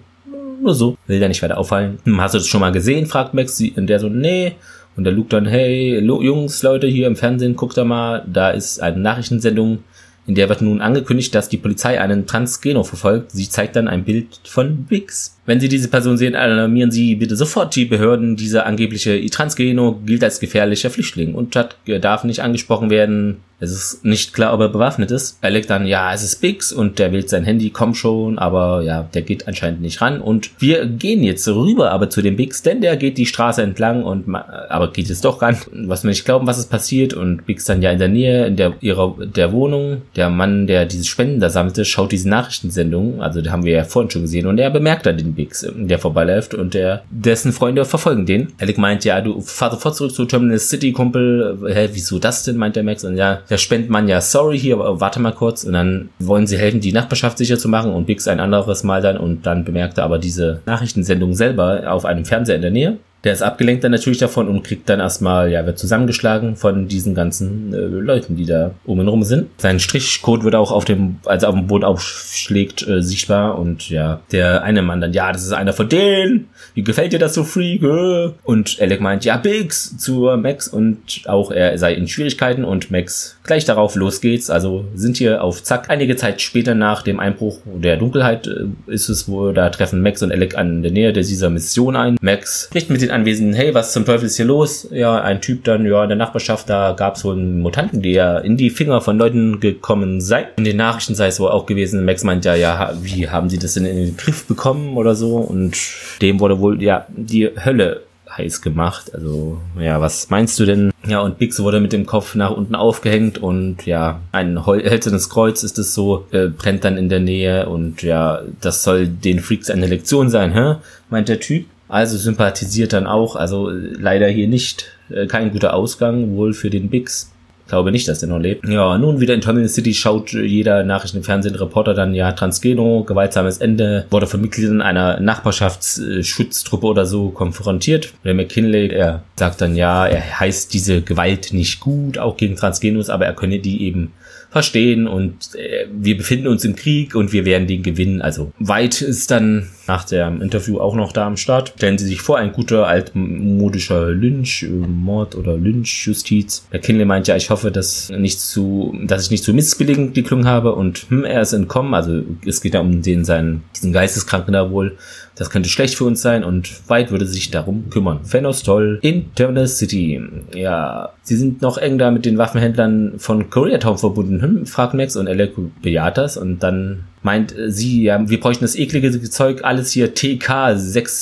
nur so. Will der nicht weiter auffallen. Hast du das schon mal gesehen? Fragt Max, und der so, nee. Und der Luke dann, hey, Jungs, Leute, hier im Fernsehen, guckt da mal, da ist eine Nachrichtensendung, in der wird nun angekündigt, dass die Polizei einen Transgeno verfolgt. Sie zeigt dann ein Bild von Biggs. Wenn Sie diese Person sehen, alarmieren Sie bitte sofort die Behörden. Dieser angebliche Transgeno gilt als gefährlicher Flüchtling und darf nicht angesprochen werden. Es ist nicht klar, ob er bewaffnet ist. Er legt dann, ja, es ist Biggs, und der wählt sein Handy, komm schon, aber ja, der geht anscheinend nicht ran. Und wir gehen jetzt rüber, aber zu dem Biggs, denn der geht die Straße entlang, aber geht jetzt doch ran. Was wir nicht glauben, was ist passiert, und Biggs dann ja in der Nähe, in der Wohnung. Der Mann, der diese Spenden da sammelte, schaut diese Nachrichtensendung, also da haben wir ja vorhin schon gesehen, und er bemerkt dann den Biggs, der vorbeiläuft, und dessen Freunde verfolgen den. Alec meint, ja, du fahr sofort zurück zu Terminal City, Kumpel. Wieso das denn, meint der Max, und ja, der Spendenmann, ja, sorry, hier, aber warte mal kurz, und dann wollen sie helfen, die Nachbarschaft sicher zu machen, und Biggs ein anderes Mal dann, und dann bemerkt er aber diese Nachrichtensendung selber auf einem Fernseher in der Nähe. Der ist abgelenkt dann natürlich davon und kriegt dann erstmal, ja, wird zusammengeschlagen von diesen ganzen Leuten, die da um ihn rum sind. Sein Strichcode wird auch als er auf dem Boden aufschlägt, sichtbar, und ja, der eine Mann dann, ja, das ist einer von denen, wie gefällt dir das so, Freak? Und Alec meint, ja, Biggs zu Max, und auch er sei in Schwierigkeiten, und Max gleich darauf, los geht's, also sind hier auf Zack. Einige Zeit später nach dem Einbruch der Dunkelheit ist es, wo da treffen Max und Alec an der Nähe dieser Mission ein. Max spricht mit den Anwesenden, hey, was zum Teufel ist hier los? Ja, ein Typ dann, ja, in der Nachbarschaft, da gab es wohl einen Mutanten, der in die Finger von Leuten gekommen sei. In den Nachrichten sei es wohl auch gewesen. Max meint, ja, wie haben sie das denn in den Griff bekommen oder so? Und dem wurde wohl, ja, die Hölle heiß gemacht. Also, ja, was meinst du denn? Ja, und Biggs wurde mit dem Kopf nach unten aufgehängt, und ja, ein hölzernes Kreuz ist es so, brennt dann in der Nähe, und ja, das soll den Freaks eine Lektion sein, meint der Typ. Also sympathisiert dann auch, also leider hier nicht, kein guter Ausgang, wohl für den Biggs. Glaube nicht, dass der noch lebt. Ja, nun wieder in Terminal City schaut jeder Nachrichten im Fernsehen, Reporter dann, ja, Transgeno, gewaltsames Ende, wurde von Mitgliedern einer Nachbarschaftsschutztruppe oder so konfrontiert. Der McKinley, er sagt dann, ja, er heißt diese Gewalt nicht gut, auch gegen Transgenos, aber er könne die eben verstehen, und wir befinden uns im Krieg und wir werden den gewinnen. Also weit ist dann nach dem Interview auch noch da am Start. Stellen Sie sich vor, ein guter altmodischer Lynch-Mord oder Lynch-Justiz. Der Kinley meint ja, ich hoffe, dass ich nicht zu missbilligend geklungen habe und er ist entkommen. Also es geht ja um diesen Geisteskranken da wohl. Das könnte schlecht für uns sein und White würde sich darum kümmern. Phanos toll in Terminal City. Ja, sie sind noch eng da mit den Waffenhändlern von Koreatown verbunden, fragt Max und Alec bejaht das und dann meint sie, ja, wir bräuchten das eklige Zeug, alles hier TK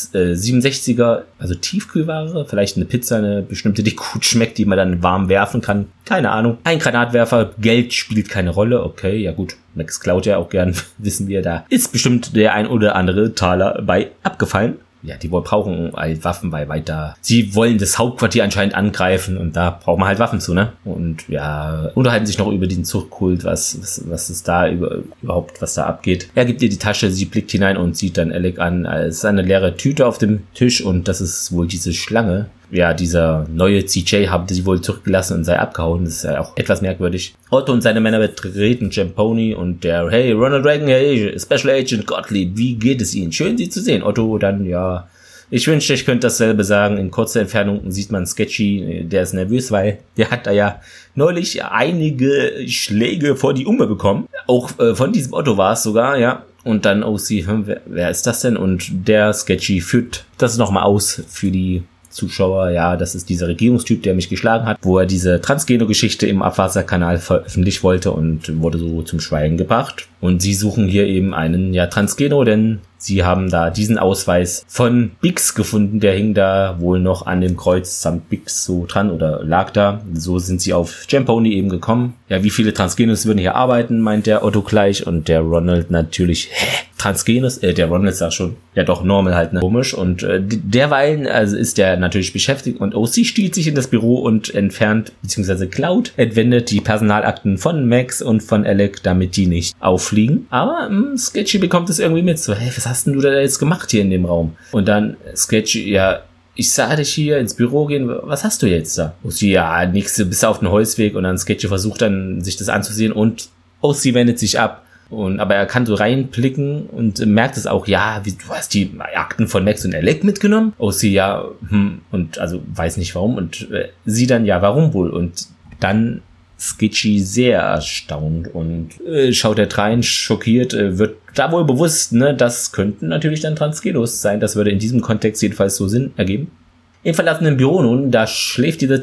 67er, also Tiefkühlware, vielleicht eine Pizza, eine bestimmte, die gut schmeckt, die man dann warm werfen kann. Keine Ahnung. Ein Granatwerfer, Geld spielt keine Rolle. Okay, ja gut. Max klaut ja auch gern, wissen wir, da ist bestimmt der ein oder andere Taler bei abgefallen. Ja, die wohl brauchen halt Waffen, weil weiter. Sie wollen das Hauptquartier anscheinend angreifen und da braucht man halt Waffen zu, ne? Und ja, unterhalten sich noch über den Zuchtkult, was ist da überhaupt, was da abgeht. Er gibt ihr die Tasche, sie blickt hinein und sieht dann Alec an. Es ist eine leere Tüte auf dem Tisch und das ist wohl diese Schlange. Ja, dieser neue CJ habe sie wohl zurückgelassen und sei abgehauen. Das ist ja auch etwas merkwürdig. Otto und seine Männer betreten Jamponi und der, hey, Ronald Reagan, hey, Special Agent Gottlieb, wie geht es Ihnen? Schön, Sie zu sehen. Otto dann, ja, ich wünschte, ich könnte dasselbe sagen. In kurzer Entfernung sieht man Sketchy, der ist nervös, weil der hat da ja neulich einige Schläge vor die Umme bekommen. Auch von diesem Otto war es sogar, ja. Und dann OC, wer ist das denn? Und der Sketchy führt das nochmal aus für die Zuschauer, ja, das ist dieser Regierungstyp, der mich geschlagen hat, wo er diese Transgeno-Geschichte im Abwasserkanal veröffentlichen wollte und wurde so zum Schweigen gebracht. Und sie suchen hier eben einen, ja, Transgeno, denn sie haben da diesen Ausweis von Biggs gefunden, der hing da wohl noch an dem Kreuz samt Biggs so dran oder lag da. So sind sie auf Jamponi eben gekommen. Ja, wie viele Transgenos würden hier arbeiten, meint der Otto gleich und der Ronald natürlich, Transgenos? Der Ronald sagt schon, ja doch, normal halt, ne? Komisch. Und derweilen also ist der natürlich beschäftigt und OC stiehlt sich in das Büro und entfernt, beziehungsweise klaut, entwendet die Personalakten von Max und von Alec, damit die nicht auffliegen. Aber Sketchy bekommt es irgendwie mit, so, hey, was hast denn du da jetzt gemacht hier in dem Raum? Und dann Sketchy, ja, ich sah dich hier ins Büro gehen, was hast du jetzt da? OC, ja, nix, du bist auf dem Holzweg und dann Sketchy versucht dann, sich das anzusehen und OC wendet sich ab. Aber er kann so reinblicken und merkt es auch, ja, du hast die Akten von Max und Alec mitgenommen? OC, ja, und also weiß nicht warum und sie dann, ja, warum wohl? Und dann Sketchy sehr erstaunt und schaut er rein, schockiert, wird da wohl bewusst, ne, das könnten natürlich dann Transgenos sein, das würde in diesem Kontext jedenfalls so Sinn ergeben. Im verlassenen Büro nun, da schläft dieser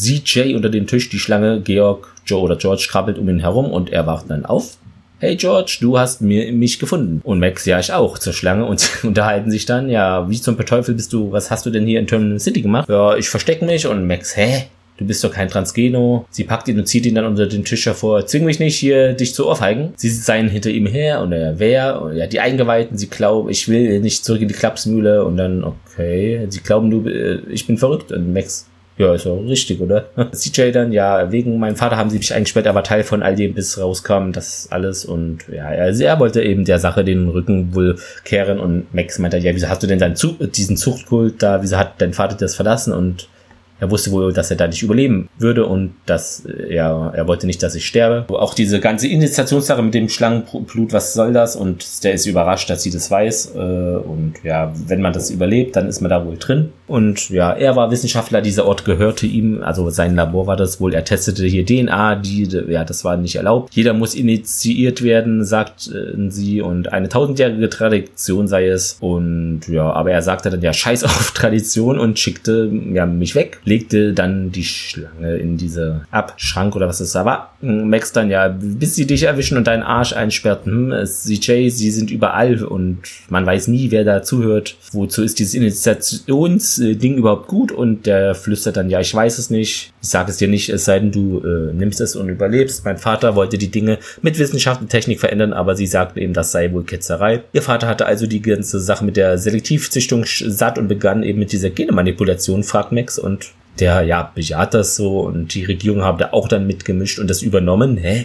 CJ unter dem Tisch, die Schlange Georg, Joe oder George krabbelt um ihn herum und er wacht dann auf. Hey George, du hast mich gefunden. Und Max, ja, ich auch, zur Schlange und unterhalten sich dann, ja, wie zum Teufel was hast du denn hier in Terminal City gemacht? Ja, ich verstecke mich und Max, du bist doch kein Transgeno. Sie packt ihn und zieht ihn dann unter den Tisch hervor. Zwing mich nicht, hier dich zu ohrfeigen. Sie seien hinter ihm her und wer? Und ja, die Eingeweihten, sie glauben, ich will nicht zurück in die Klapsmühle. Und dann, okay, sie glauben, ich bin verrückt. Und Max, ja, ist auch richtig, oder? CJ dann, ja, wegen meinem Vater haben sie mich eingesperrt, er war Teil von all dem, bis rauskam, das alles. Und ja, er wollte eben der Sache den Rücken wohl kehren. Und Max meinte, ja, wieso hast du denn diesen Zuchtkult da, wieso hat dein Vater das verlassen? Und er wusste wohl, dass er da nicht überleben würde und dass er wollte nicht, dass ich sterbe. Auch diese ganze Initiationssache mit dem Schlangenblut, was soll das? Und der ist überrascht, dass sie das weiß. Und ja, wenn man das überlebt, dann ist man da wohl drin. Und ja, er war Wissenschaftler, dieser Ort gehörte ihm, also sein Labor war das wohl. Er testete hier DNA, das war nicht erlaubt. Jeder muss initiiert werden, sagten sie, und eine 1000-jährige Tradition sei es. Und ja, aber er sagte dann, ja, scheiß auf Tradition und schickte mich weg. Legte dann die Schlange in diese Abschrank oder was es da war. Max dann, ja, bis sie dich erwischen und deinen Arsch einsperrten. CJ, sie sind überall und man weiß nie, wer da zuhört. Wozu ist dieses Initiationsding überhaupt gut? Und der flüstert dann, ja, ich weiß es nicht. Ich sage es dir nicht, es sei denn, du nimmst es und überlebst. Mein Vater wollte die Dinge mit Wissenschaft und Technik verändern, aber sie sagten eben, das sei wohl Ketzerei. Ihr Vater hatte also die ganze Sache mit der Selektivzüchtung satt und begann eben mit dieser Genmanipulation, fragt Max, und der, ja, bejaht das so und die Regierung haben da auch dann mitgemischt und das übernommen.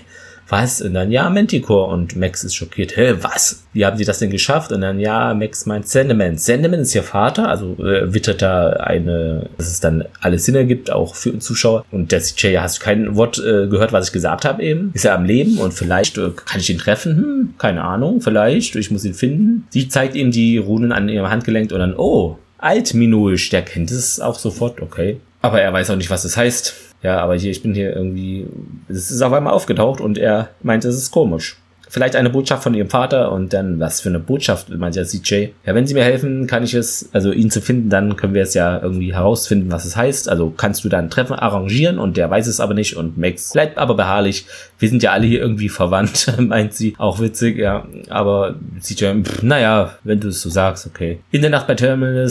was? Und dann, ja, Manticore. Und Max ist schockiert. Hä, was? Wie haben sie das denn geschafft? Und dann, ja, Max meint Sandman. Sandman ist ihr Vater, also wittert da dass es dann alles Sinn ergibt, auch für den Zuschauer. Und der CJ, ja, hast du kein Wort gehört, was ich gesagt habe eben? Ist er am Leben und vielleicht kann ich ihn treffen? Keine Ahnung, vielleicht. Ich muss ihn finden. Sie zeigt ihm die Runen an ihrem Handgelenk und dann, oh, Altminoisch, der kennt es auch sofort, okay. Aber er weiß auch nicht, was das heißt. Ja, aber ich bin hier irgendwie, es ist auf einmal aufgetaucht und er meinte, es ist komisch. Vielleicht eine Botschaft von ihrem Vater und dann, was für eine Botschaft, meint der CJ. Ja, wenn sie mir helfen, kann ich es, also ihn zu finden, dann können wir es ja irgendwie herausfinden, was es heißt. Also kannst du dann ein Treffen arrangieren und der weiß es aber nicht und Max bleibt aber beharrlich. Wir sind ja alle hier irgendwie verwandt, meint sie. Auch witzig, ja. Aber CJ, naja, wenn du es so sagst, okay. In der Nacht bei Terminal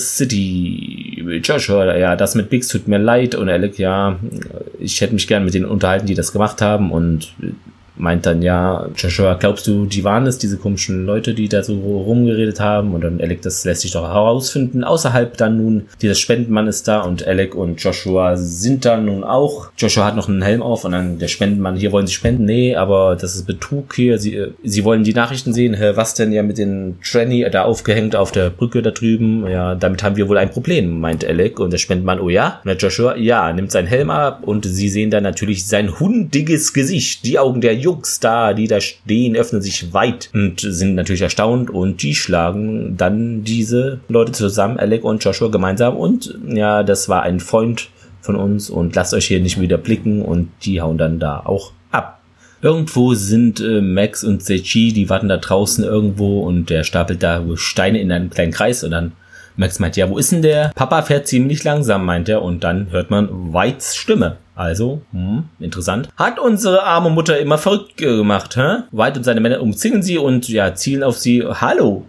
City. Joshua, ja, das mit Biggs tut mir leid und Alec, ja, ich hätte mich gern mit denen unterhalten, die das gemacht haben und meint dann, ja, Joshua, glaubst du, die waren es, diese komischen Leute, die da so rumgeredet haben? Und dann Alec, das lässt sich doch herausfinden. Außerhalb dann nun, dieser Spendenmann ist da und Alec und Joshua sind da nun auch. Joshua hat noch einen Helm auf und dann der Spendenmann, hier wollen sie spenden? Nee, aber das ist Betrug hier. Sie wollen die Nachrichten sehen. Was denn ja mit den Tranny da aufgehängt auf der Brücke da drüben? Ja, damit haben wir wohl ein Problem, meint Alec. Und der Spendenmann, oh ja? Und der Joshua, ja, nimmt seinen Helm ab und sie sehen dann natürlich sein hundiges Gesicht. Die Augen der Jungs da, die da stehen, öffnen sich weit und sind natürlich erstaunt und die schlagen dann diese Leute zusammen, Alec und Joshua gemeinsam und ja, das war ein Freund von uns und lasst euch hier nicht wieder blicken und die hauen dann da auch ab. Irgendwo sind Max und Seiji, die warten da draußen irgendwo und der stapelt da Steine in einem kleinen Kreis und dann Max meint, ja, wo ist denn der? Papa fährt ziemlich langsam, meint er. Und dann hört man Whites Stimme. Also, interessant. Hat unsere arme Mutter immer verrückt gemacht, hä? White und seine Männer umzingeln sie und ja, zielen auf sie. Hallo,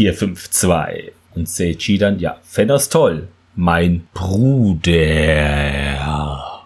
452. Und Seiji dann, ja, Fenners toll. Mein Bruder.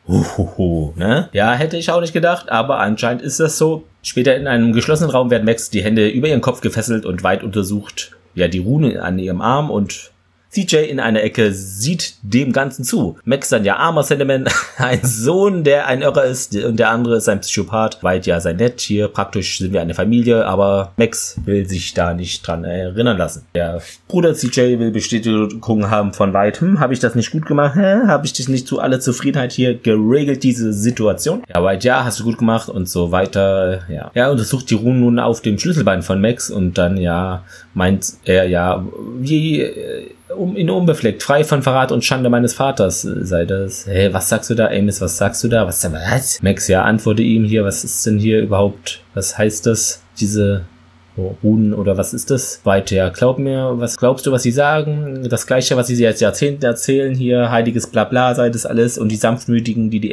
Ne? Ja, hätte ich auch nicht gedacht, aber anscheinend ist das so. Später in einem geschlossenen Raum werden Max die Hände über ihren Kopf gefesselt und White untersucht ja die Rune an ihrem Arm und CJ in einer Ecke sieht dem Ganzen zu. Max dann ja armer Sandman, ein Sohn, der ein Irrer ist und der andere ist ein Psychopath. White ja sein nett, hier praktisch sind wir eine Familie, aber Max will sich da nicht dran erinnern lassen. Der Bruder CJ will Bestätigung haben von White, habe ich das nicht gut gemacht? Habe ich dich nicht zu aller Zufriedenheit hier geregelt, diese Situation? Ja, White, ja, hast du gut gemacht und so weiter, ja. Er untersucht die Runen nun auf dem Schlüsselbein von Max und dann, ja, meint er, ja, wie unbefleckt, frei von Verrat und Schande meines Vaters sei das. Hey, was sagst du da, Amos, was sagst du da? Was? Max, ja, antworte ihm hier, was ist denn hier überhaupt, was heißt das, diese Runen oder was ist das? Weiter, ja, glaub mir, was glaubst du, was sie sagen? Das Gleiche, was sie seit Jahrzehnten erzählen hier, heiliges Blabla sei das alles und die Sanftmütigen, die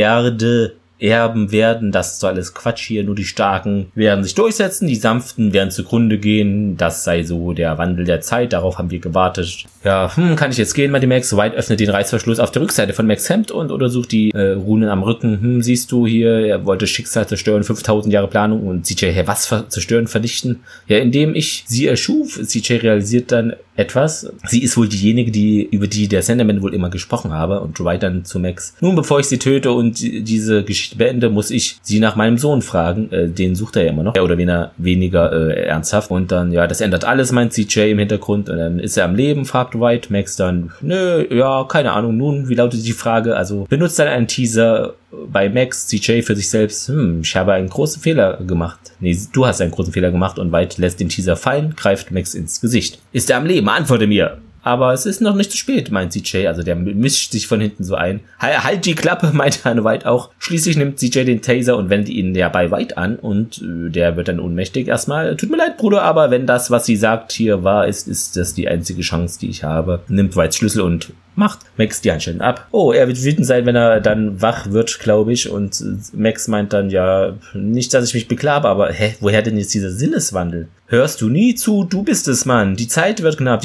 Erde erben werden, das ist so alles Quatsch hier, nur die Starken werden sich durchsetzen, die Sanften werden zugrunde gehen, das sei so der Wandel der Zeit, darauf haben wir gewartet. Ja, kann ich jetzt gehen, meinte Max, White öffnet den Reißverschluss auf der Rückseite von Max Hemd und untersucht die Runen am Rücken, siehst du hier, er wollte Schicksal zerstören, 5000 Jahre Planung und CJ, was zerstören, vernichten? Ja, indem ich sie erschuf, CJ realisiert dann etwas, sie ist wohl diejenige, über die der Sandman wohl immer gesprochen habe und White dann zu Max, nun bevor ich sie töte und diese Geschichte beende, muss ich sie nach meinem Sohn fragen, den sucht er ja immer noch, oder weniger ernsthaft und dann, ja, das ändert alles, meint CJ im Hintergrund und dann ist er am Leben, fragt White, Max dann, nö, ja, keine Ahnung, nun, wie lautet die Frage, also benutzt dann einen Teaser bei Max, CJ für sich selbst, ich habe einen großen Fehler gemacht. Nee, du hast einen großen Fehler gemacht und White lässt den Teaser fallen, greift Max ins Gesicht. Ist er am Leben? Antworte mir! Aber es ist noch nicht zu spät, meint CJ, also der mischt sich von hinten so ein. Halt die Klappe, meint Anne White auch. Schließlich nimmt CJ den Taser und wendet ihn ja bei White an und der wird dann ohnmächtig erstmal. Tut mir leid, Bruder, aber wenn das, was sie sagt, hier wahr ist, ist das die einzige Chance, die ich habe. Nimmt Whites Schlüssel und macht Max die Handschellen ab. Oh, er wird wütend sein, wenn er dann wach wird, glaube ich. Und Max meint dann, ja, nicht, dass ich mich beklage, aber woher denn jetzt dieser Sinneswandel? Hörst du nie zu? Du bist es, Mann. Die Zeit wird knapp.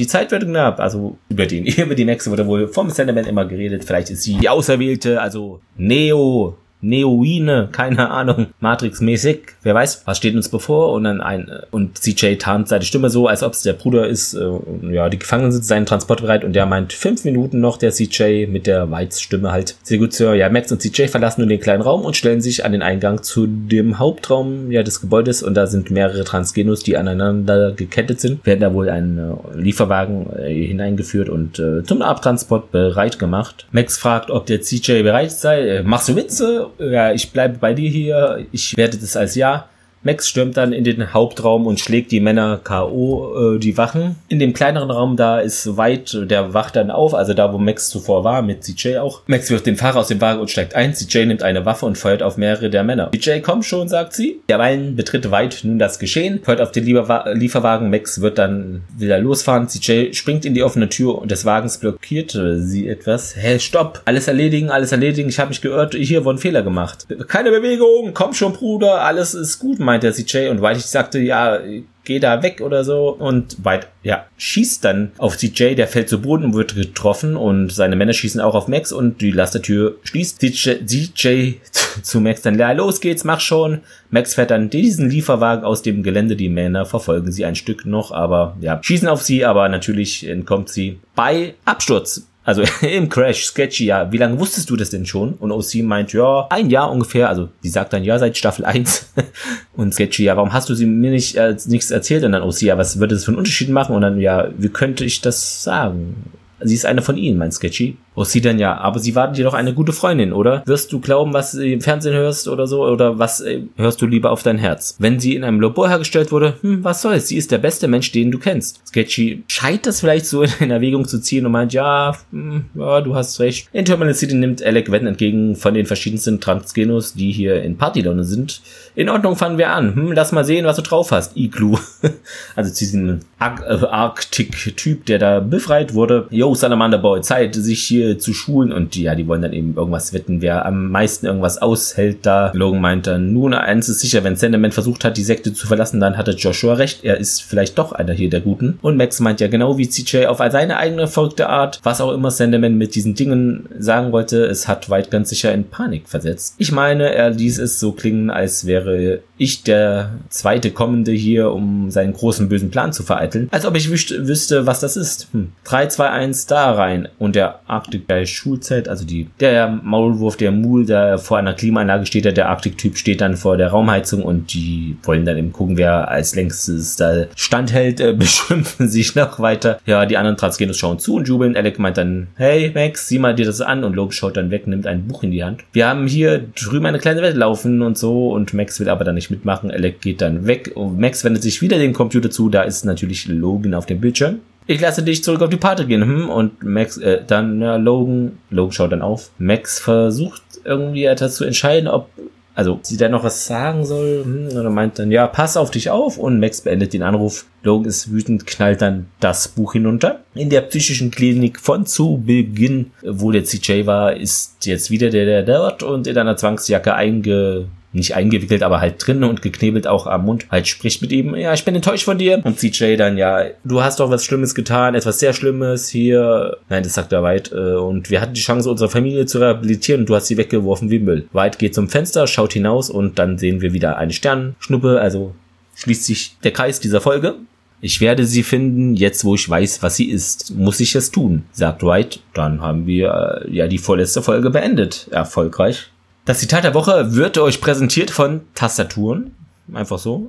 Also über die Max wurde wohl vom Sandman immer geredet. Vielleicht ist sie die Auserwählte, also Neo Neoine, keine Ahnung, Matrix-mäßig, wer weiß, was steht uns bevor, und dann und CJ tarnt seine Stimme so, als ob es der Bruder ist, die Gefangenen sind seinen Transport bereit, und der meint 5 Minuten noch, der CJ mit der Whites-Stimme halt. Sehr gut, Sir. Ja, Max und CJ verlassen nun den kleinen Raum und stellen sich an den Eingang zu dem Hauptraum des Gebäudes, und da sind mehrere Transgenos, die aneinander gekettet sind, werden da wohl ein Lieferwagen hineingeführt und zum Abtransport bereit gemacht. Max fragt, ob der CJ bereit sei. Machst du Witze? Ja, ich bleibe bei dir hier. Ich werte das als ja. Max stürmt dann in den Hauptraum und schlägt die Männer K.O., die Wachen. In dem kleineren Raum, da ist White, der wacht dann auf, also da, wo Max zuvor war, mit CJ auch. Max wirft den Fahrer aus dem Wagen und steigt ein. CJ nimmt eine Waffe und feuert auf mehrere der Männer. CJ, komm schon, sagt sie. Derweilen betritt White nun das Geschehen, feuert auf den Lieferwagen. Max wird dann wieder losfahren. CJ springt in die offene Tür und des Wagens blockiert sie etwas. Hey, stopp! Alles erledigen, ich habe mich geirrt, hier wurde ein Fehler gemacht. Keine Bewegung, komm schon, Bruder, alles ist gut, meint der CJ, und White sagte, ja, geh da weg oder so, und White, schießt dann auf CJ, der fällt zu Boden und wird getroffen, und seine Männer schießen auch auf Max, und die Lastertür schließt. CJ zu Max dann, ja, los geht's, mach schon. Max fährt dann diesen Lieferwagen aus dem Gelände, die Männer verfolgen sie ein Stück noch, aber schießen auf sie, aber natürlich entkommt sie bei Absturz. Also im Crash, Sketchy, ja, wie lange wusstest du das denn schon? Und OC meint, ja, 1 Jahr ungefähr, also die sagt dann, ja, seit Staffel 1. Und Sketchy, ja, warum hast du sie mir nichts erzählt? Und dann OC, ja, was würde das für einen Unterschied machen? Und dann, ja, wie könnte ich das sagen? Sie ist eine von ihnen, meint Sketchy. OC dann, ja, aber sie war dir doch eine gute Freundin, oder? Wirst du glauben, was du im Fernsehen hörst oder so? Oder was hörst du lieber auf dein Herz? Wenn sie in einem Labor hergestellt wurde, was soll's? Sie ist der beste Mensch, den du kennst. Sketchy scheint das vielleicht so in Erwägung zu ziehen und meint, ja, du hast recht. In Terminal City nimmt Alec Wetten entgegen von den verschiedensten Transgenos, die hier in Partylaune sind. In Ordnung, fangen wir an. Lass mal sehen, was du drauf hast, Iglu. Also zu diesem Arctic-Typ, der da befreit wurde. Yo, Salamander Boy, Zeit, sich hier zu schulen, und die wollen dann eben irgendwas wetten, wer am meisten irgendwas aushält da. Logan meint dann, nun, eins ist sicher, wenn Sandman versucht hat, die Sekte zu verlassen, dann hatte Joshua recht, er ist vielleicht doch einer hier der Guten. Und Max meint ja genau wie CJ auf seine eigene verrückte Art, was auch immer Sandman mit diesen Dingen sagen wollte, es hat White ganz sicher in Panik versetzt. Ich meine, er ließ es so klingen, als wäre ich der zweite Kommende hier, um seinen großen bösen Plan zu vereiteln, als ob ich wüsste, was das ist. 3, 2, 1, da rein. Und der Arctic bei Schulzeit, also der Maulwurf, der Mul, der vor einer Klimaanlage steht, der Arctic-Typ steht dann vor der Raumheizung, und die wollen dann eben gucken, wer als längstes da standhält, beschimpfen sich noch weiter. Ja, die anderen Transgenos schauen zu und jubeln. Alec meint dann, hey Max, sieh mal dir das an, und Logan schaut dann weg, nimmt ein Buch in die Hand. Wir haben hier drüben eine kleine Welt laufen und so, und Max will aber dann nicht mitmachen. Alec geht dann weg und Max wendet sich wieder den Computer zu, da ist natürlich Logan auf dem Bildschirm. Ich lasse dich zurück auf die Party gehen, und Max, Logan schaut dann auf. Max versucht irgendwie etwas zu entscheiden, ob sie da noch was sagen soll, oder meint dann, ja, pass auf dich auf, und Max beendet den Anruf. Logan ist wütend, knallt dann das Buch hinunter. In der psychischen Klinik von zu Beginn, wo der CJ war, ist jetzt wieder der dort und in einer Zwangsjacke nicht eingewickelt, aber halt drin und geknebelt auch am Mund, halt spricht mit ihm, ja, ich bin enttäuscht von dir. Und CJ dann, ja, du hast doch was Schlimmes getan, etwas sehr Schlimmes hier. Nein, das sagt er White. Und wir hatten die Chance, unsere Familie zu rehabilitieren, und du hast sie weggeworfen wie Müll. White geht zum Fenster, schaut hinaus, und dann sehen wir wieder eine Sternschnuppe, also schließt sich der Kreis dieser Folge. Ich werde sie finden, jetzt wo ich weiß, was sie ist. Muss ich es tun, sagt White. Dann haben wir die vorletzte Folge beendet. Erfolgreich. Das Zitat der Woche wird euch präsentiert von Tastaturen. Einfach so.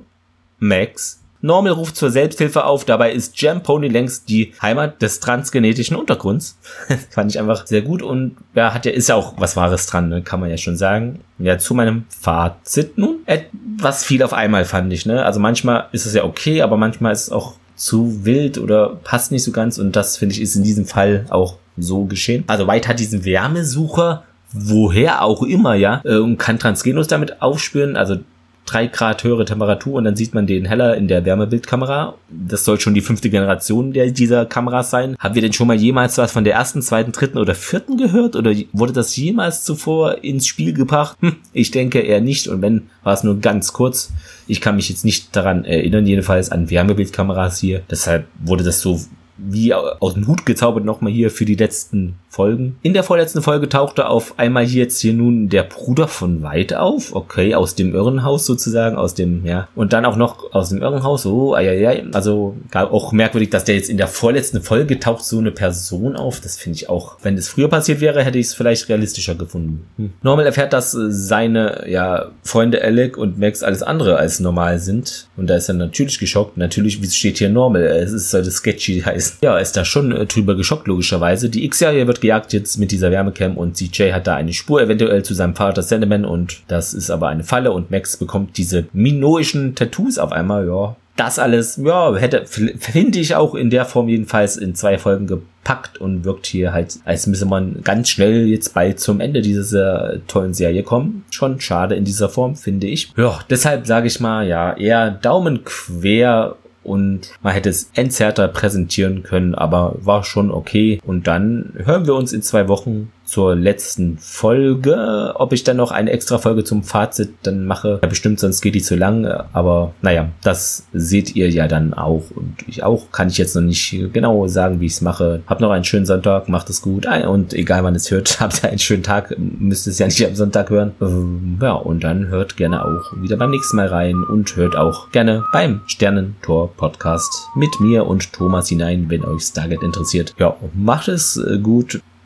Max. Normal ruft zur Selbsthilfe auf, dabei ist Jam Pony längst die Heimat des transgenetischen Untergrunds. Fand ich einfach sehr gut, und ist ja auch was Wahres dran, ne? Kann man ja schon sagen. Ja, zu meinem Fazit nun. Etwas viel auf einmal fand ich, ne? Also manchmal ist es ja okay, aber manchmal ist es auch zu wild oder passt nicht so ganz, und das, finde ich, ist in diesem Fall auch so geschehen. Also White hat diesen Wärmesucher, woher auch immer, und kann Transgenos damit aufspüren, also 3 Grad höhere Temperatur, und dann sieht man den heller in der Wärmebildkamera. Das soll schon die 5. Generation dieser Kameras sein. Haben wir denn schon mal jemals was von der 1., 2., 3. oder 4. gehört? Oder wurde das jemals zuvor ins Spiel gebracht? Ich denke eher nicht, und wenn, war es nur ganz kurz. Ich kann mich jetzt nicht daran erinnern, jedenfalls an Wärmebildkameras hier. Deshalb wurde das so wie aus dem Hut gezaubert nochmal hier für die letzten Folgen. In der vorletzten Folge tauchte auf einmal hier nun der Bruder von White auf. Okay, aus dem Irrenhaus sozusagen, und dann auch noch aus dem Irrenhaus. Also auch merkwürdig, dass der jetzt in der vorletzten Folge taucht so eine Person auf. Das finde ich auch, wenn es früher passiert wäre, hätte ich es vielleicht realistischer gefunden. Normal erfährt, dass seine Freunde Alec und Max alles andere als normal sind. Und da ist er natürlich geschockt. Natürlich, wie steht hier Normal? Es sollte sketchy heißen. Ja, er ist da schon drüber geschockt, logischerweise. Die X-Serie wird gejagt jetzt mit dieser Wärmecam und CJ hat da eine Spur eventuell zu seinem Vater Sandman und das ist aber eine Falle und Max bekommt diese minoischen Tattoos auf einmal, Das alles, finde ich auch in der Form jedenfalls in 2 Folgen gepackt und wirkt hier halt, als müsse man ganz schnell jetzt bald zum Ende dieser tollen Serie kommen. Schon schade in dieser Form, finde ich. Ja, deshalb sage ich mal, eher Daumen quer. Und man hätte es entzerrter präsentieren können, aber war schon okay. Und dann hören wir uns in 2 Wochen zur letzten Folge. Ob ich dann noch eine extra Folge zum Fazit dann mache, bestimmt, sonst geht die zu lang. Aber das seht ihr ja dann auch. Und ich auch, kann ich jetzt noch nicht genau sagen, wie ich es mache. Habt noch einen schönen Sonntag, macht es gut. Und egal wann es hört, habt ihr einen schönen Tag. Müsst es ja nicht am Sonntag hören. Und dann hört gerne auch wieder beim nächsten Mal rein. Und hört auch gerne beim Sternentor Podcast mit mir und Thomas hinein, wenn euch Stargate interessiert. Macht es gut.